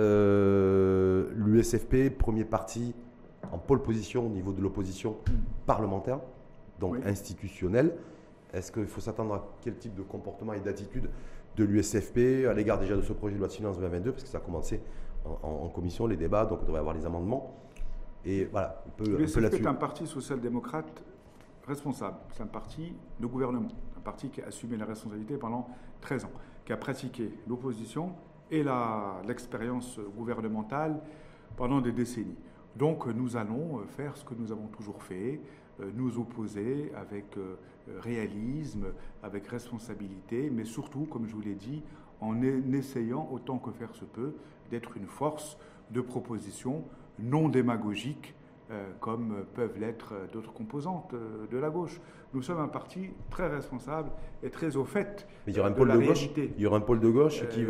l'USFP, premier parti en pole position au niveau de l'opposition parlementaire, donc institutionnelle. Est-ce qu'il faut s'attendre à quel type de comportement et d'attitude de l'USFP à l'égard déjà de ce projet de loi de finances 2022, parce que ça a commencé en commission, les débats, donc on devrait avoir les amendements. Et voilà, l'USFP est un parti social-démocrate responsable. C'est un parti de gouvernement, un parti qui a assumé la responsabilité pendant 13 ans, qui a pratiqué l'opposition et l'expérience gouvernementale pendant des décennies. Donc nous allons faire ce que nous avons toujours fait, nous opposer avec réalisme, avec responsabilité, mais surtout, comme je vous l'ai dit, en essayant, autant que faire se peut, d'être une force de proposition non démagogique comme peuvent l'être d'autres composantes de la gauche. Nous sommes un parti très responsable et très au fait Mais il y aura un de pôle la de gauche. réalité. Il y aura un pôle de gauche qui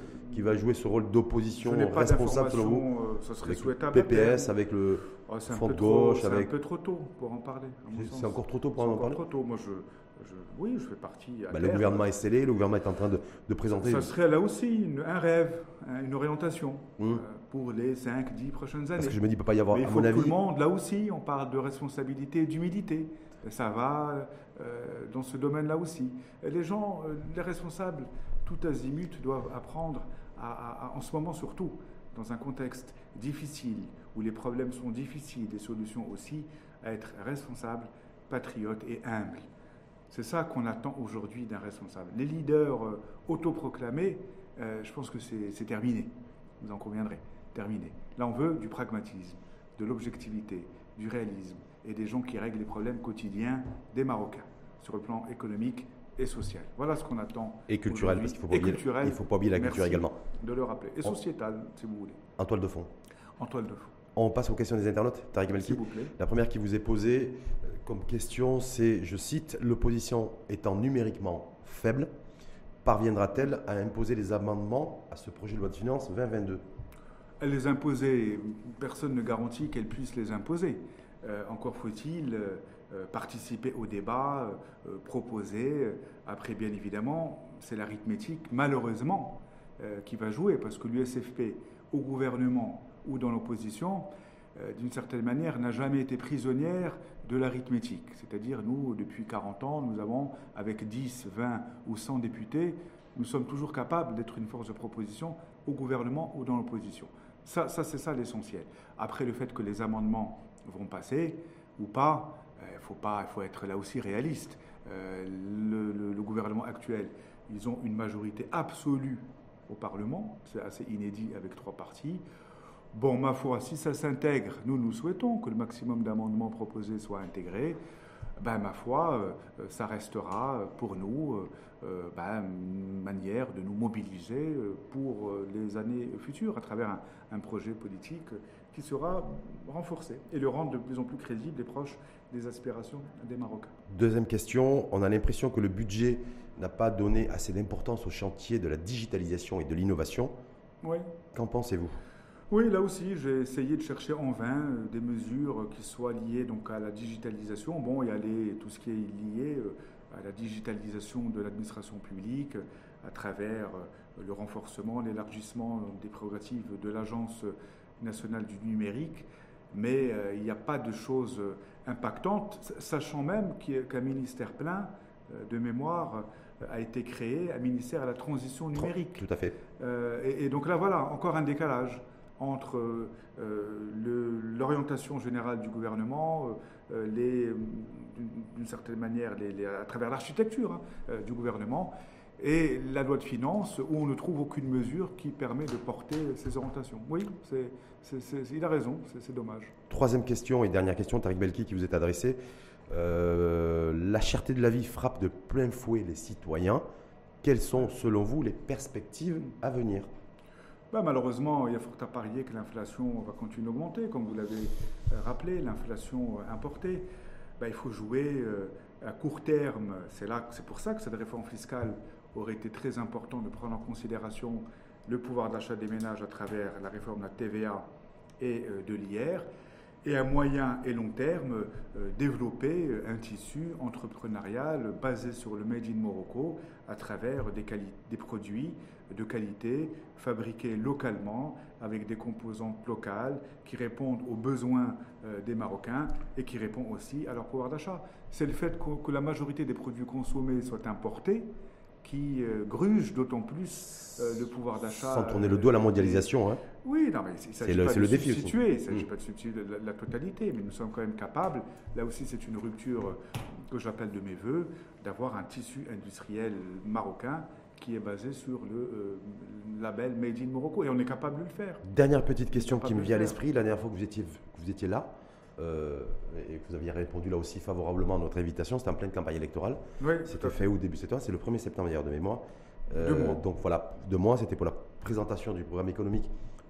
va jouer ce rôle d'opposition responsable selon vous. Ce serait Avec souhaitable. PPS, avec le front de gauche, C'est avec. un peu trop tôt pour en parler. C'est encore trop tôt pour en parler. Trop tôt. Moi, oui, je fais partie. Le gouvernement est scellé, le gouvernement est en train de présenter. Ça serait là aussi un rêve, une orientation pour les 5-10 prochaines années. Parce que je me dis, il ne peut pas y avoir, mais à mon avis. Tout le monde, là aussi, on parle de responsabilité et d'humilité. Ça va dans ce domaine-là aussi. Et les gens, les responsables, tout azimut, doivent apprendre, en ce moment surtout, dans un contexte difficile, où les problèmes sont difficiles, les solutions aussi, à être responsables, patriotes et humbles. C'est ça qu'on attend aujourd'hui d'un responsable. Les leaders autoproclamés, je pense que c'est terminé. Vous en conviendrez, terminé. Là, on veut du pragmatisme, de l'objectivité, du réalisme et des gens qui règlent les problèmes quotidiens des Marocains, sur le plan économique et social. Voilà ce qu'on attend. Et culturel, parce qu'il ne faut pas oublier la culture également. De le rappeler. Et sociétal, si vous voulez. En toile de fond. En toile de fond. On passe aux questions des internautes. Tariq Melki. S'il vous plaît. La première qui vous est posée comme question, c'est, je cite, l'opposition étant numériquement faible, parviendra-t-elle à imposer les amendements à ce projet de loi de finances 2022 ? Elle les imposer, personne ne garantit qu'elle puisse les imposer. Encore faut-il participer au débat, proposer. Après, bien évidemment, c'est l'arithmétique, malheureusement, qui va jouer, parce que l'USFP, au gouvernement ou dans l'opposition, d'une certaine manière, n'a jamais été prisonnière de l'arithmétique. C'est-à-dire, nous, depuis 40 ans, nous avons, avec 10, 20 ou 100 députés, nous sommes toujours capables d'être une force de proposition au gouvernement ou dans l'opposition. Ça c'est ça l'essentiel. Après, le fait que les amendements vont passer ou pas, il faut être là aussi réaliste. Le gouvernement actuel, ils ont une majorité absolue au Parlement, c'est assez inédit avec 3 partis. Bon, ma foi, si ça s'intègre, nous souhaitons que le maximum d'amendements proposés soient intégrés. Ma foi, ça restera pour nous une manière de nous mobiliser pour les années futures à travers un projet politique qui sera renforcé et le rendre de plus en plus crédible et proche des aspirations des Marocains. Deuxième question, on a l'impression que le budget n'a pas donné assez d'importance au chantier de la digitalisation et de l'innovation. Oui. Qu'en pensez-vous ? Oui, là aussi, j'ai essayé de chercher en vain des mesures qui soient liées donc, à la digitalisation. Bon, il y a tout ce qui est lié à la digitalisation de l'administration publique à travers le renforcement, l'élargissement des prérogatives de l'Agence nationale du numérique. Mais il n'y a pas de choses impactantes, sachant même qu'un ministère plein de mémoire a été créé, un ministère à la transition numérique. Tout à fait. Et donc là, voilà, encore un décalage entre l'orientation générale du gouvernement, d'une certaine manière, à travers l'architecture du gouvernement, et la loi de finances, où on ne trouve aucune mesure qui permet de porter ces orientations. Oui, il a raison, c'est dommage. Troisième question et dernière question, Tariq Melki, qui vous est adressée. La cherté de la vie frappe de plein fouet les citoyens. Quelles sont, selon vous, les perspectives à venir ? Malheureusement, il y a fort à parier que l'inflation va continuer d'augmenter, comme vous l'avez rappelé, l'inflation importée. Il faut jouer à court terme. C'est pour ça que cette réforme fiscale aurait été très importante de prendre en considération le pouvoir d'achat des ménages à travers la réforme de la TVA et de l'IR. Et à moyen et long terme, développer un tissu entrepreneurial basé sur le Made in Morocco à travers des produits de qualité fabriqués localement avec des composantes locales qui répondent aux besoins des Marocains et qui répondent aussi à leur pouvoir d'achat. C'est le fait que la majorité des produits consommés soient importés qui gruge d'autant plus le pouvoir d'achat. Sans tourner le dos à la mondialisation. Oui, non, mais il c'est le défi aussi. Il ne s'agit pas de substituer la totalité, mais nous sommes quand même capables, là aussi c'est une rupture que j'appelle de mes voeux, d'avoir un tissu industriel marocain qui est basé sur le label Made in Morocco, et on est capable de le faire. Dernière petite question qui me vient à l'esprit, la dernière fois que vous étiez là, et que vous aviez répondu là aussi favorablement à notre invitation, c'était en pleine campagne électorale. Oui, c'était fait au début septembre, c'est le 1er septembre d'ailleurs de mémoire. 2 mois. Donc voilà, 2 mois, c'était pour la présentation du programme économique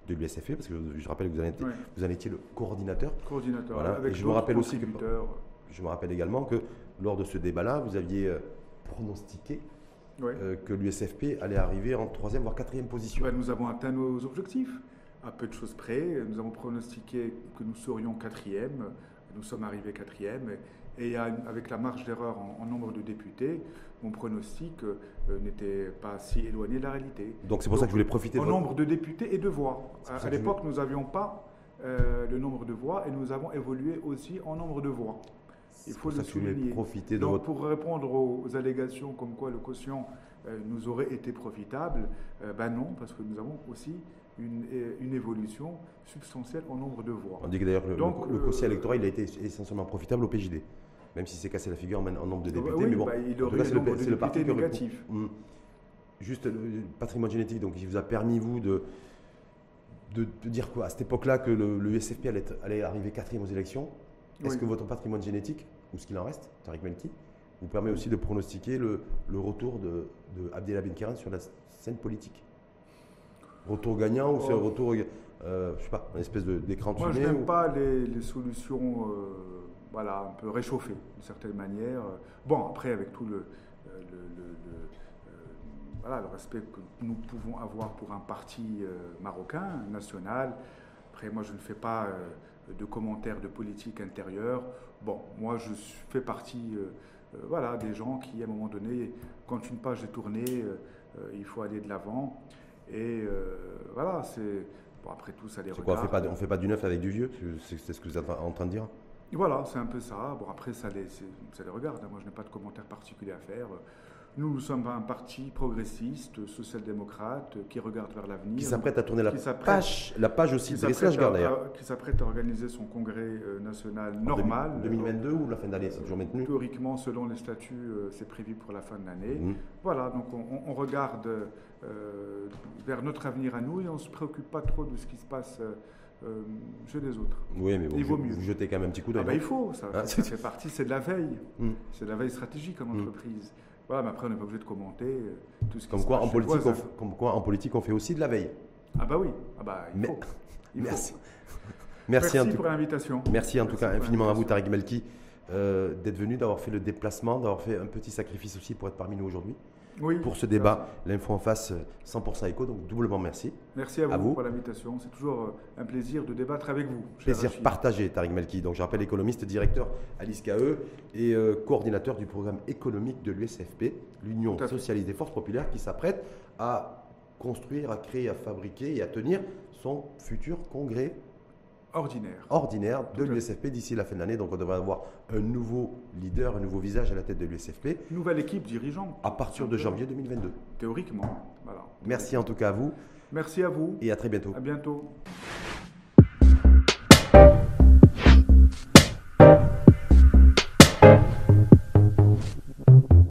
de l'USFP, parce que je rappelle que vous en étiez le coordinateur. Coordinateur, voilà. avec et je me rappelle aussi je me rappelle également que lors de ce débat-là, vous aviez pronostiqué que l'USFP allait arriver en 3e voire 4e position. Nous avons atteint nos objectifs. À peu de choses près, nous avons pronostiqué que nous serions 4e, nous sommes arrivés 4e, et avec la marge d'erreur en nombre de députés, mon pronostic n'était pas si éloigné de la réalité. Donc c'est pour ça que je voulais profiter de nombre de députés et de voix. À l'époque, nous n'avions pas le nombre de voix, et nous avons évolué aussi en nombre de voix. Il faut le souligner. Donc pour répondre aux allégations comme quoi le quotient nous aurait été profitable, non, parce que nous avons aussi une évolution substantielle en nombre de voix. On dit que d'ailleurs le quotient électoral il a été essentiellement profitable au PJD, même si c'est cassé la figure en nombre de députés. Oui, mais bon, il aurait c'est le parti négatif. Juste le patrimoine génétique, donc il vous a permis, vous, de dire quoi à cette époque-là que le USFP allait arriver 4e aux élections. Est-ce que votre patrimoine génétique, ou ce qu'il en reste, Tariq Melki, vous permet aussi de pronostiquer le retour de Abdellah Benkaran sur la scène politique? Retour gagnant ou c'est un retour, je sais pas, une espèce d'écran de fumée? Moi, je n'aime pas les solutions un peu réchauffées, d'une certaine manière. Bon, après, avec tout le respect que nous pouvons avoir pour un parti marocain, national. Après, moi, je ne fais pas de commentaires de politique intérieure. Bon, moi, je fais partie des gens qui, à un moment donné, quand une page est tournée, il faut aller de l'avant. Et c'est... Bon, après tout, ça les regarde. On ne fait pas du neuf avec du vieux, c'est ce que vous êtes en train de dire? Voilà, c'est un peu ça. Bon, après, ça les regarde. Moi, je n'ai pas de commentaires particuliers à faire. Nous sommes un parti progressiste, social-démocrate, qui regarde vers l'avenir. Qui s'apprête à tourner la page aussi de Risselage-Gare, d'ailleurs. Qui s'apprête à organiser son congrès national normal. 2022 ou la fin d'année, c'est toujours maintenu? Théoriquement, selon les statuts, c'est prévu pour la fin de l'année. Voilà, donc on regarde vers notre avenir à nous et on ne se préoccupe pas trop de ce qui se passe chez les autres. Oui, mais vous jetez quand même un petit coup d'œil. Il faut, ça fait partie, c'est de la veille. C'est de la veille stratégique en entreprise. Voilà, mais après, on n'est pas obligé de commenter tout ce qui se passe. Comme quoi, en politique, on fait aussi de la veille. Ah bah oui, il faut. Merci. Merci pour l'invitation. Merci en tout cas infiniment à vous, Tariq Melki, d'être venu, d'avoir fait le déplacement, d'avoir fait un petit sacrifice aussi pour être parmi nous aujourd'hui. Oui, pour ce débat, l'info en face 100% éco, donc doublement merci. Merci à vous pour l'invitation, c'est toujours un plaisir de débattre avec vous. Plaisir partagé, Tariq Melki. Donc je rappelle économiste, directeur à l'ISCAE et coordinateur du programme économique de l'USFP, l'Union socialiste des forces populaires, qui s'apprête à construire, à créer, à fabriquer et à tenir son futur congrès ordinaire de l'USFP d'ici la fin de l'année. Donc on devrait avoir un nouveau leader, un nouveau visage à la tête de l'USFP. Nouvelle équipe dirigeante. À partir de janvier 2022. Théoriquement. Voilà. Merci en tout cas à vous. Merci à vous. Et à très bientôt. À bientôt.